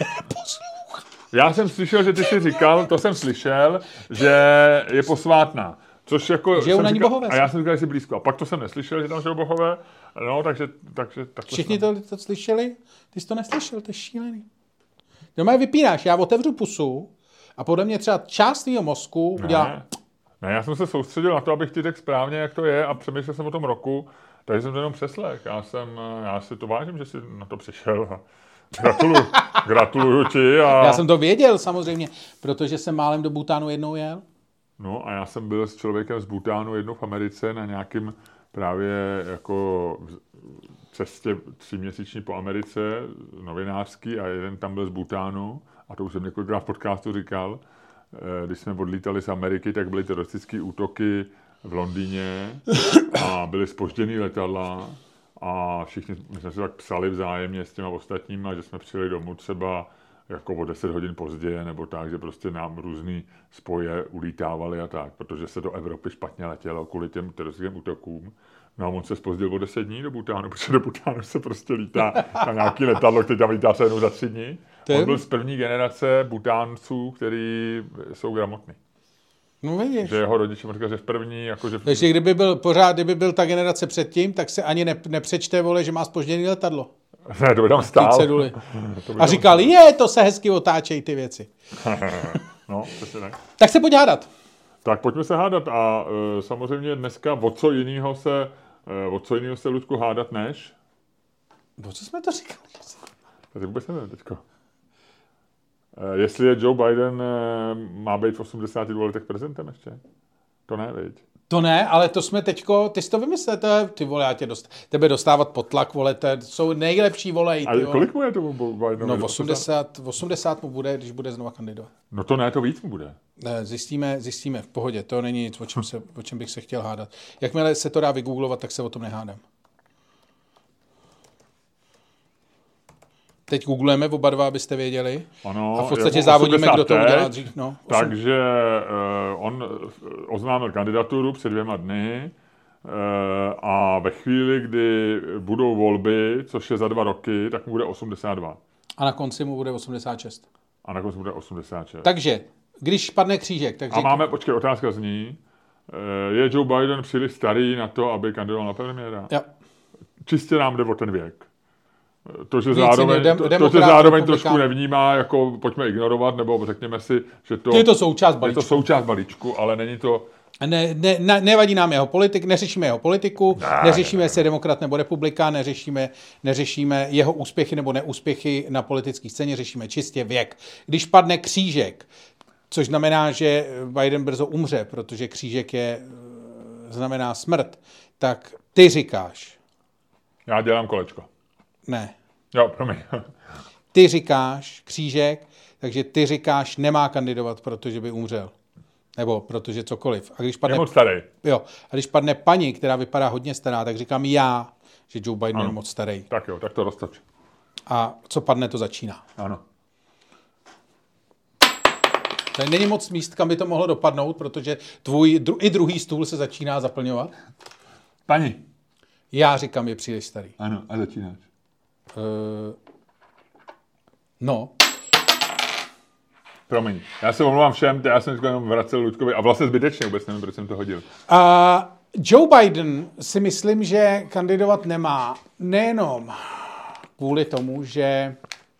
Já jsem slyšel, že ty jsi říkal, to jsem slyšel, že je posvátná. Což jako... Žijou na ní bohové. A já jsem říkal, že jsi blízko. A pak to jsem neslyšel, že tam žijou bohové. No, takže všichni to slyšeli? Ty jsi to neslyšel, to je šílený. Doma je vypínáš, já otevřu pusu a podle mě třeba část tvýho mozku udělá... Ne, já jsem se soustředil na to, abych ti řekl správně, jak to je, a přemýšlel jsem o tom roku, takže jsem to jenom přeslech. Já si to vážím, že jsi na to přišel. Gratuluju ti. Já jsem to věděl samozřejmě, protože jsem málem do Bhutánu jednou jel. No a já jsem byl s člověkem z Bhutánu jednou v Americe na nějakým právě jako cestě 3měsíční po Americe, novinářský, a jeden tam byl z Bhutánu, a to už jsem několikrát v podcastu říkal, když jsme odlítali z Ameriky, tak byly teroristické útoky v Londýně a byly zpožděný letadla a všichni jsme si tak psali vzájemně s těma ostatníma, že jsme přijeli domů třeba jako o 10 hodin později, nebo tak, že prostě nám různý spoje ulítávaly a tak, protože se do Evropy špatně letělo kvůli těm teroristickým útokům. No a on se zpozdil o 10 dní do Bhutánu, protože do Bhutánu se prostě lítá na nějaký letadlo, který tam lítá se jednou za 3 dny. On byl z první generace Bhutánců, který jsou gramotní. No vidíš. Že jeho rodiče mu říkali, že v první... Jakože takže kdyby byl ta generace předtím, tak se ani nepřečte, vole, že má zpožděný letadlo. Ne, to by tam stál. A říkal, to se hezky otáčejí ty věci. No, přesně tak. Tak se pojď hádat. Tak pojďme se hádat a samozřejmě dneska o co jiného se, Luďku, hádat než? O co jsme to říkali? Já vůbec nevím teďko. Jestli je Joe Biden má být v 82 letech prezidentem ještě? To ne, viď? To ne, ale to jsme teďko, ty jsi to vymyslete, ty vole, já tebe dostávat pod tlak, vole, to jsou nejlepší volej. A kolik mu je to Bidenovi? No 80 mu bude, když bude znova kandidovat. No to ne, to víc mu bude. Zjistíme, v pohodě, to není nic, o čem bych se chtěl hádat. Jakmile se to dá vygooglovat, tak se o tom nehádám. Teď googlujeme oba dva, abyste věděli. Ano, a v podstatě závodíme, kdo to udělá dřív. No, takže on oznámil kandidaturu před 2 dny a ve chvíli, kdy budou volby, což je za 2 roky, tak mu bude 82. A na konci mu bude 86. A na konci bude 86. Takže, když padne křížek, tak A máme, otázka zní, je Joe Biden příliš starý na to, aby kandidoval na premiéra? Jo. Čistě nám jde o ten věk. To, že zároveň trošku nevnímá, jako pojďme ignorovat, nebo řekněme si, že to je to součást balíčku. Je to součást balíčku, ale není to... Nevadí nám jeho politik, neřešíme jeho politiku, neřešíme se demokrat nebo republika, neřešíme jeho úspěchy nebo neúspěchy na politické scéně, řešíme čistě věk. Když padne křížek, což znamená, že Biden brzo umře, protože křížek znamená smrt, tak ty říkáš. Já dělám kolečko. Ne. Jo, promiň. Ty říkáš křížek, takže ty říkáš nemá kandidovat, protože by umřel. Nebo protože cokoliv. A když padne, je moc starý. Jo. A když padne paní, která vypadá hodně stará, tak říkám já, že Joe Biden je moc starý. Tak jo, tak to roztoč. A co padne, to začíná. Ano. Tady není moc míst, kam by to mohlo dopadnout, protože tvůj i druhý stůl se začíná zaplňovat. Paní. Já říkám, je příliš starý. Ano, a začínáš. No. Promiň, já se omlouvám všem, já jsem jenom vracel Luďkovi a vlastně zbytečně, vůbec nevím, proč jsem to hodil. Joe Biden si myslím, že kandidovat nemá nejenom kvůli tomu, že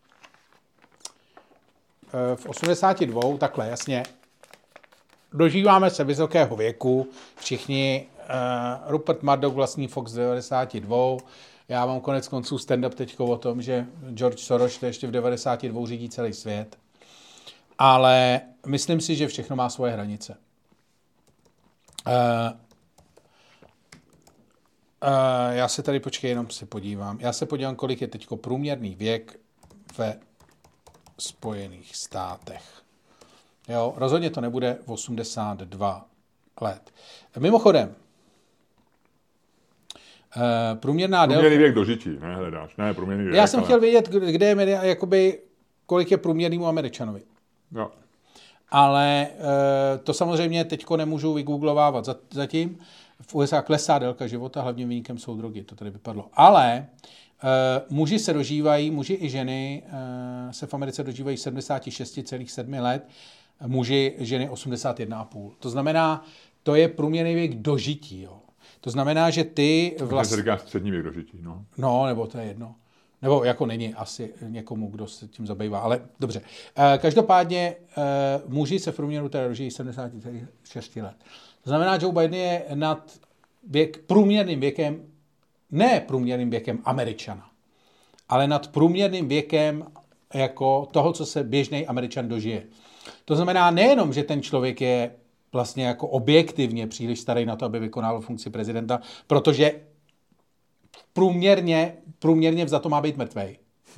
v 82, takhle jasně, dožíváme se vysokého věku, všichni, Rupert Murdoch vlastní Fox 92, já mám konec konců stand-up teďko o tom, že George Soros to ještě v 92 řídí celý svět. Ale myslím si, že všechno má svoje hranice. Já se tady, jenom se podívám. Já se podívám, kolik je teďko průměrný věk ve Spojených státech. Jo, rozhodně to nebude 82 let. Mimochodem, průměrný věk dožití, ne, hledáš? Ne, průměrný věk. Já jsem chtěl vědět, kde je kolik je průměrnému Američanovi. Jo. Ale to samozřejmě teďko nemůžu vygooglovávat zatím. V USA klesá délka života, hlavním viníkem jsou drogy, to tady vypadlo. Ale muži se dožívají, muži i ženy se v Americe dožívají 76,7 let, muži, ženy 81,5. To znamená, to je průměrný věk dožití. Jo. To znamená, že ty vlastně... To říká střední věk dožití, no. No, nebo to je jedno. Nebo jako není asi někomu, kdo se tím zabývá, ale dobře. Každopádně muži se v průměru teda dožijí 76 let. To znamená, že Joe Biden je nad průměrným věkem, ne průměrným věkem Američana, ale nad průměrným věkem jako toho, co se běžný Američan dožije. To znamená nejenom, že ten člověk je vlastně jako objektivně příliš starý na to, aby vykonal funkci prezidenta, protože průměrně za to má být mrtvej.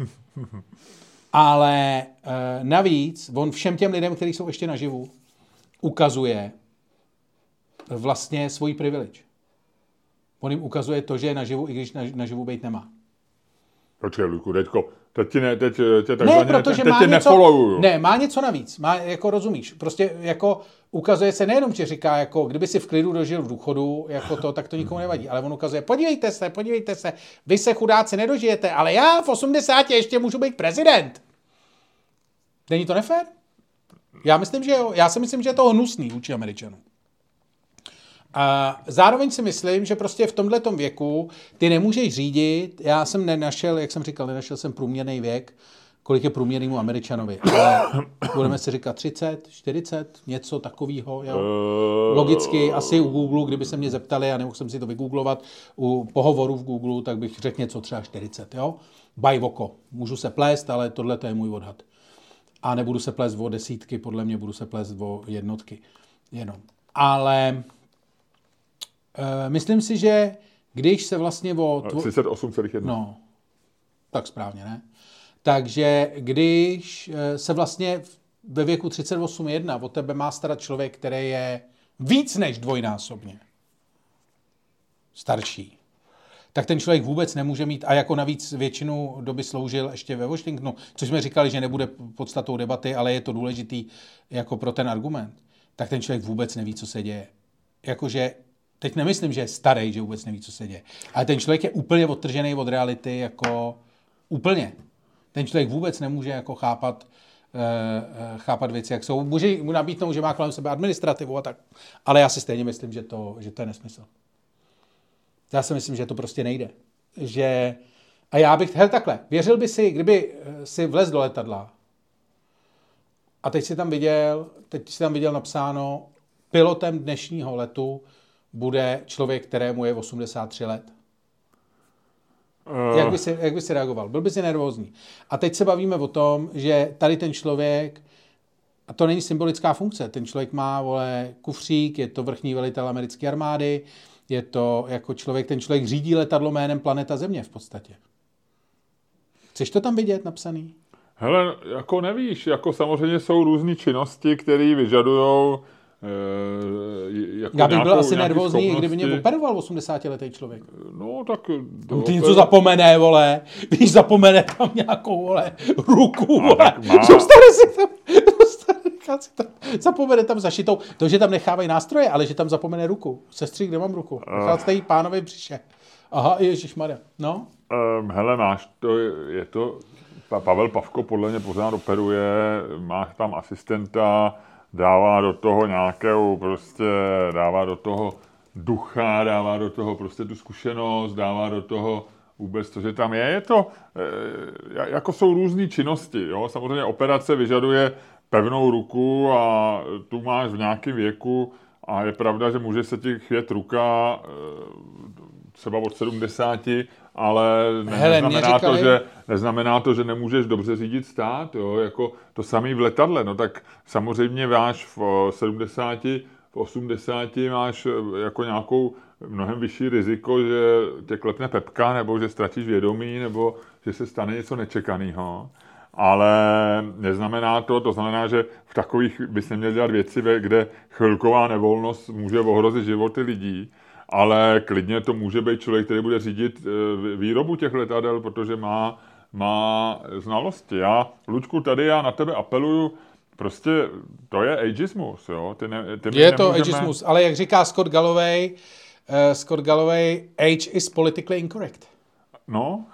Ale navíc on všem těm lidem, kteří jsou ještě naživu, ukazuje vlastně svoji privilege. On jim ukazuje to, že je naživu, i když naživu být nemá. Počkej, Luďku, teď tě nefollowuju. Ne, má něco navíc. Má, jako rozumíš. Prostě jako ukazuje se nejenom, že říká, jako kdyby si v klidu dožil v důchodu, jako to, tak to nikomu nevadí. Ale on ukazuje, podívejte se, vy se chudáci nedožijete, ale já v 80 ještě můžu být prezident. Není to nefér? Já myslím, že jo. Já si myslím, že je to hnusný vůči Američanům. A zároveň si myslím, že prostě v tomhletom věku ty nemůžeš řídit. Já jsem nenašel, jak jsem říkal, nenašel jsem průměrný věk, kolik je průměrnému Američanovi. Ale budeme si říkat 30, 40, něco takového. Logicky asi u Google, kdyby se mě zeptali a nemohl jsem si to vygooglovat, u pohovoru v Google, tak bych řekl něco třeba 40. Jo? Baj oko. Můžu se plést, ale tohle je můj odhad. A nebudu se plést o desítky, podle mě budu se plést o jednotky. Jenom. Ale Myslím si, že když se vlastně 38,1. No, tak správně, ne? Takže když se vlastně ve věku 38,1 o tebe má starat člověk, který je víc než dvojnásobně starší, tak ten člověk vůbec nemůže mít, a jako navíc většinu doby sloužil ještě ve Washingtonu, což jsme říkali, že nebude podstatou debaty, ale je to důležitý jako pro ten argument, tak ten člověk vůbec neví, co se děje. Jakože, teď nemyslím, že je starý, že vůbec neví, co se děje, ale ten člověk je úplně odtržený od reality, jako úplně. Ten člověk vůbec nemůže jako chápat věci, jak jsou. Může mu nabídnout, že má kolem sebe administrativu a tak, ale já si stejně myslím, že to je nesmysl. Já si myslím, že to prostě nejde. A já bych, takhle, věřil by si, kdyby si vlez do letadla a teď si tam viděl napsáno, pilotem dnešního letu bude člověk, kterému je 83 let. Jak by si reagoval? Byl by si nervózní. A teď se bavíme o tom, že tady ten člověk, a to není symbolická funkce, ten člověk má, kufřík, je to vrchní velitel americké armády, je to jako člověk, ten člověk řídí letadlo jménem Planeta Země v podstatě. Chceš to tam vidět napsaný? Hele, jako nevíš, jako samozřejmě jsou různé činnosti, které vyžadujou jako já bych byl asi nervózní, kdyby mě operoval 80letý člověk. No, tak... Ty něco zapomene, vole. Víš, zapomene tam nějakou, ruku, vole. Zapomene tam zašitou. To, že tam nechávají nástroje, ale že tam zapomene ruku. Sestři, kde mám ruku? Nechal jste jí pánovi břiše. Aha, ježišmarja. No? Hele, máš to, je to... Pavel Pavko podle mě pořád operuje, máš tam asistenta, dává do toho nějakou prostě, dává do toho ducha, dává do toho prostě tu zkušenost, dává do toho vůbec to, že tam je to, jako jsou různé činnosti, jo, samozřejmě operace vyžaduje pevnou ruku a tu máš v nějakém věku a je pravda, že může se ti chvět ruka třeba od 70, ale neznamená to, že nemůžeš dobře řídit stát, jo, jako to samý v letadle, no tak samozřejmě máš v 70, v 80 máš jako nějakou mnohem vyšší riziko, že tě klepne pepka, nebo že ztratíš vědomí, nebo že se stane něco nečekaného. Ale neznamená to znamená, že v takových bys neměl dělat věci, kde chvilková nevolnost může ohrozit životy lidí, ale klidně to může být člověk, který bude řídit výrobu těch letadel, protože má znalosti. Luďku, tady já na tebe apeluju, prostě to je ageismus, jo? Je to ageismus, ale jak říká Scott Galloway, age is politically incorrect. No,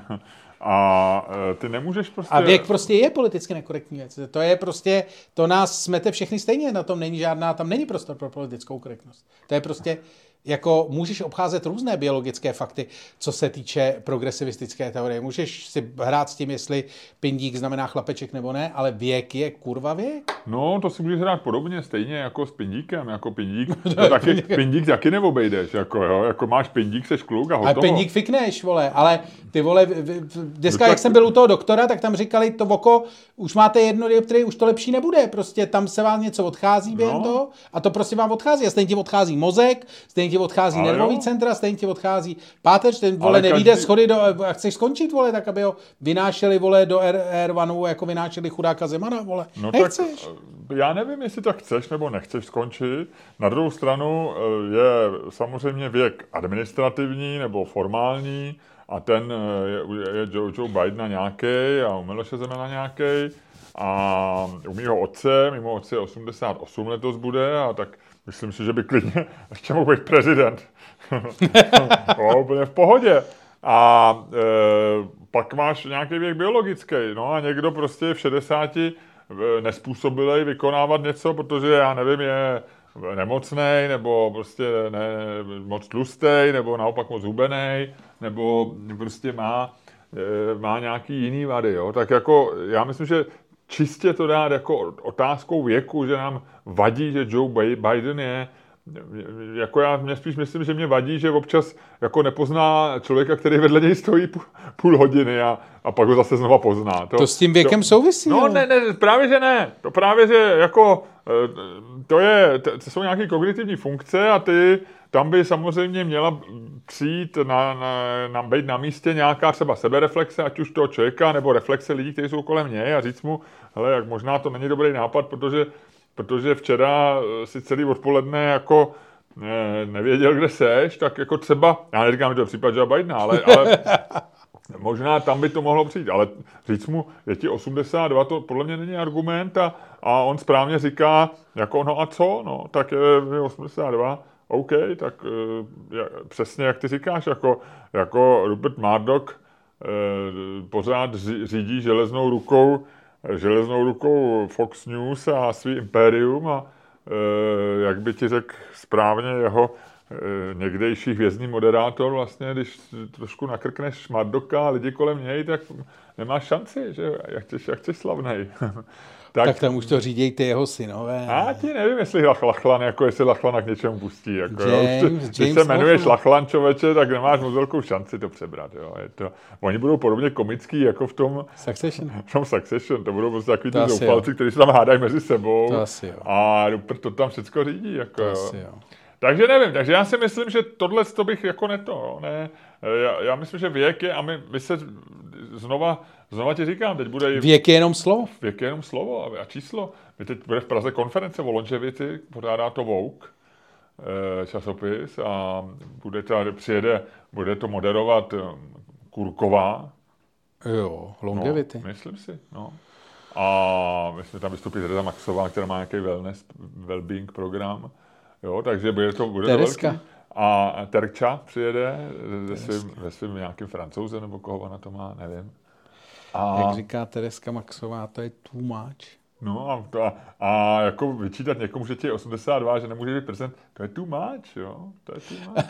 a ty nemůžeš prostě... A věk prostě je politicky nekorektní věc. To je prostě, to nás smete všechny stejně, na tom není tam není prostor pro politickou korektnost. To je prostě, jako můžeš obcházet různé biologické fakty, co se týče progresivistické teorie. Můžeš si hrát s tím, jestli pindík znamená chlapeček nebo ne, ale věk je kurva věk. No, to si můžeš hrát podobně, stejně jako s pindíkem, jako pindík. Pindík taky neobejdeš, jako máš pindík, seš kluk a hotovo. Ale pindík fikneš, vole, ale ty vole, dneska, jak jsem byl u toho doktora, tak tam říkali, to oko, už máte jedno dioptrii, už to lepší nebude, prostě tam se vám něco odchází během toho a to prostě vám odchází a stejně ti odchází mozek, stejně ti odchází nervový centra, stejně ti odchází páteř, ten vole nevíde schody a chceš skončit, vole, tak aby ho vynášeli, vole, do R1, jako vynášeli chudáka Zemana, vole. No nechceš. Tak, já nevím, jestli to chceš nebo nechceš skončit. Na druhou stranu je samozřejmě věk administrativní nebo formální a ten je Joe Bidena nějaký a u Miloše Zemana nějaký a u mýho otce 88 letos bude a tak myslím si, že by klidně ještě mohl být prezident. Úplně v pohodě. A pak máš nějaký věk biologický, no a někdo prostě je v 60 nespůsobilej vykonávat něco, protože já nevím, je nemocnej, nebo prostě moc tlustej, nebo naopak moc hubenej, nebo prostě má nějaký jiný vady, jo. Tak jako já myslím, že čistě to dát jako otázkou věku, že nám vadí, že Joe Biden je, jako mě spíš myslím, že mě vadí, že občas jako nepozná člověka, který vedle něj stojí půl hodiny a pak ho zase znova pozná. To s tím věkem souvisí. No ne, právě že ne. To právě, že jako to jsou nějaké kognitivní funkce a tam by samozřejmě měla přijít být na místě nějaká třeba sebereflexe, ať už toho člověka, nebo reflexe lidí, kteří jsou kolem něj a říct mu, hele, jak možná to není dobrý nápad, protože včera si celý odpoledne jako nevěděl, kde seš, tak jako třeba, já neříkám, že to je případ Joe Bidena, ale možná tam by to mohlo přijít, ale říct mu, je ti 82, to podle mě není argument a on správně říká, jako no a co, no, tak je 82, OK, tak přesně jak ty říkáš, jako Rupert Murdoch pořád řídí železnou rukou Fox News a svý impérium a jak by ti řekl správně jeho někdejší hvězdný moderátor, vlastně, když trošku nakrkneš Murdocha a lidi kolem něj, tak nemáš šanci, že jak chceš slavnej. Tak tam už to říděj ty jeho synové. A ti nevím, jestli Lachlan, jako jestli Lachlana k něčemu pustí. Jako, James když se jmenuješ Lachlan, člověče, tak nemáš moc velkou šanci to přebrat. Jo. Oni budou podobně komický, jako v tom Succession. To budou prostě takový ty zoufalci, kteří se tam hádají mezi sebou. To asi jo. A Rupert to tam všechno řídí. Jako, to asi jo. Takže nevím, takže já si myslím, že tohle to bych jako ne. Já myslím, že věk je, a my se znova ti říkám, teď bude... Věk je jenom slovo. Věk je jenom slovo a číslo. Teď bude v Praze konference o longevity, pořádá to Vogue časopis a bude to moderovat Kurková. Jo, longevity. No, myslím si, no. A myslím, tam vystupí Tereza Maxová, která má nějaký well-being program. Jo, takže bude to velký. A Terča přijede ve svým nějakým Francouzem, nebo koho ona to má, nevím. Jak říká Tereska Maxová, to je too much. No a jako vyčítat někomu, že ti je 82, že nemůže být prezident, to je too much, jo, to je too much.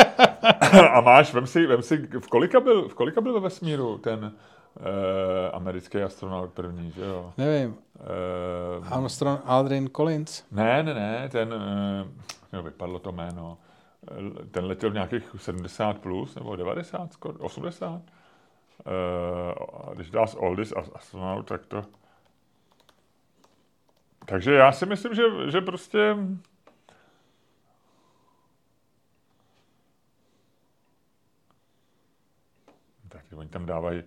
A vem si, v kolika byl ve vesmíru ten americký astronaut první, že jo? Nevím. Armstrong, Aldrin Collins? Ne, vypadlo to jméno. Ten letěl v nějakých 70 plus, nebo 90, skoro 80. Když dáš oldest astronaut, tak to... Takže já si myslím, že prostě... Tak oni tam dávají...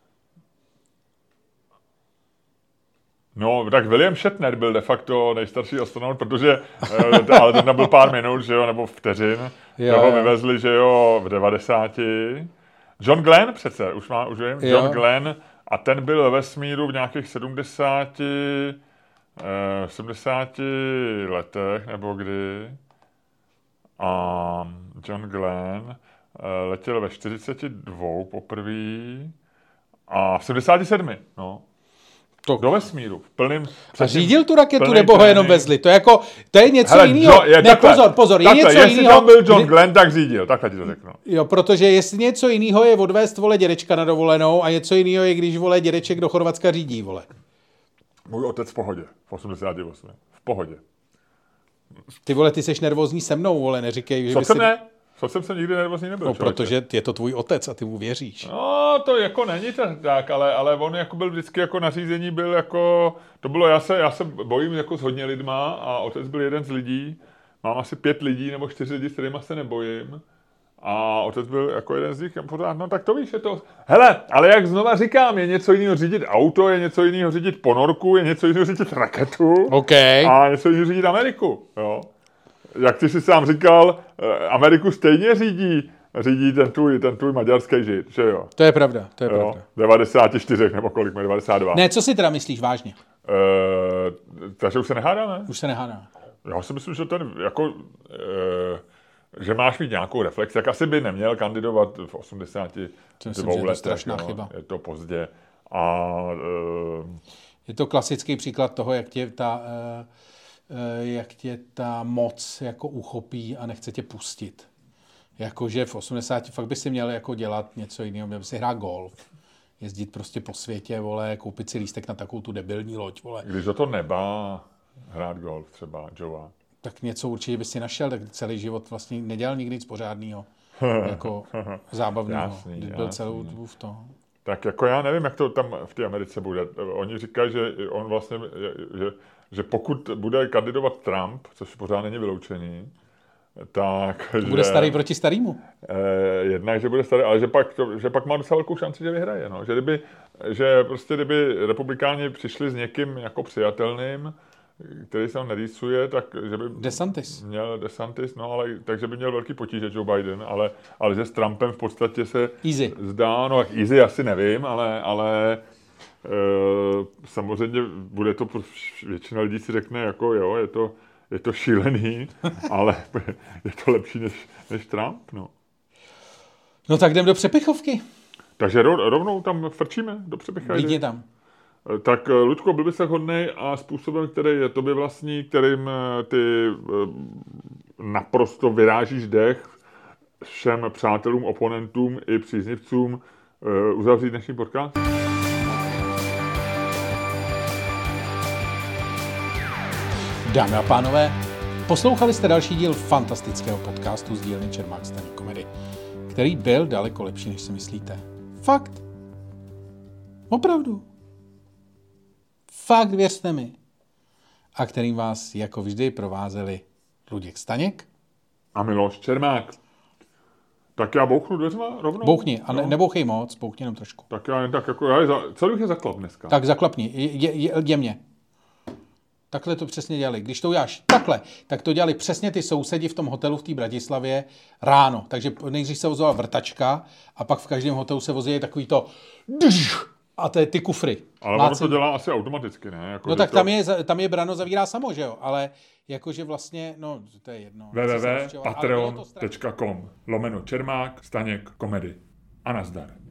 No, tak William Shatner byl de facto nejstarší astronaut, protože, ale ten byl pár minut, že jo, nebo vteřin. Toho vyvezli, že jo, v 90. John Glenn přece, už vím, John Glenn, a ten byl ve vesmíru v nějakých 70 letech, nebo kdy. A John Glenn letěl ve 42 poprvé a v 77, no. Do vesmíru. A řídil tu raketu, nebo ho jenom vezli? To je něco jiného. Pozor, je něco jiného. Jestli tam byl John Glenn, tak řídil. Takhle ti to řeknu. Jo, protože jestli něco jiného je odvést, vole, dědečka na dovolenou a něco jiného je, když, vole, dědeček do Chorvatska řídí, vole. Můj otec v pohodě. V 88. V pohodě. Ty, vole, ty seš nervózní se mnou, vole, neříkej, že Co jsem se nikdy nervózní nebyl. No, protože je to tvůj otec a ty mu věříš. No, to jako není tak, ale on jako byl vždycky jako nařízení, byl jako, to bylo, já se bojím jako s hodně lidma a otec byl jeden z lidí, mám asi 5 lidí nebo 4 lidi, s kterýma se nebojím a otec byl jako jeden z nich, pořád, no tak to víš, je to, hele, ale jak znova říkám, je něco jiného řídit auto, je něco jiného řídit ponorku, je něco jiného řídit raketu a něco jiného řídit Ameriku, jo. Jak ty jsi sám říkal, Ameriku stejně řídí ten tvůj maďarský žid, že jo? To je pravda. 94 nebo kolik, 92. Ne, co si teda myslíš vážně? Takže už se nehádáme? Už se nehádáme. Já si myslím, že že máš mít nějakou reflexi, jak asi by neměl kandidovat v 82 letech. Je to strašná chyba. Je to pozdě. Je to klasický příklad toho, jak tě ta moc jako uchopí a nechce tě pustit. Jakože v 80 fakt by si měl jako dělat něco jiného, měl by si hrát golf, jezdit prostě po světě, vole, koupit si lístek na takovou tu debilní loď, vole. Když za to nebá hrát golf třeba, Joa. Tak něco určitě by si našel, tak celý život vlastně nedělal nikdy nic pořádného, jako zábavného. Byl celou dobu v tom. tak jako já nevím, jak to tam v té Americe bude. Oni říkají, že on vlastně, že pokud bude kandidovat Trump, což pořád není vyloučený, tak... Bude starý proti starýmu. Jednak, že bude starý, ale že pak má docela velkou šanci, že vyhraje. No. Že kdyby republikáni přišli s někým jako přijatelným, který se on nerýsuje, tak že by... DeSantis. Měl DeSantis, no, ale takže by měl velký potíže Joe Biden, ale že s Trumpem v podstatě se easy. Zdá, no easy asi nevím, ale samozřejmě bude to, většina lidí si řekne, jako jo, je to šílený, ale je to lepší než Trump, no. No tak jdem do přepichovky. Takže rovnou tam frčíme do přepichovky. Klidně tam. Tak, Luďko, byl by se hodnej a způsobem, který je tobě vlastní, kterým ty naprosto vyrážíš dech všem přátelům, oponentům i příznivcům uzavřít dnešní podcast? Dámy a pánové, poslouchali jste další díl fantastického podcastu z dílny Čermák Staněk Komedy, který byl daleko lepší, než si myslíte. Fakt. Opravdu. Fakt, věřte mi. A kterým vás jako vždy provázeli Luděk Staněk a Miloš Čermák. Tak já bouchnu dveřma rovnou? Bouchni, a nebouchej moc, bouchni jenom trošku. Tak já jen tak jako, co bych je zaklap dneska? Tak zaklapni, jemně. Takhle to přesně dělali. Když to uděláš takhle, tak to dělali přesně ty sousedi v tom hotelu v té Bratislavě ráno. Takže nejdřív se vozila vrtačka a pak v každém hotelu se vozí takový to a to je ty kufry. Ale ono to dělá asi automaticky, ne? Jako, no tak tam je brano zavírá samo, že jo? Ale jakože vlastně, no to je jedno. www.patreon.com/Čermák Staněk Komedy. A nazdar.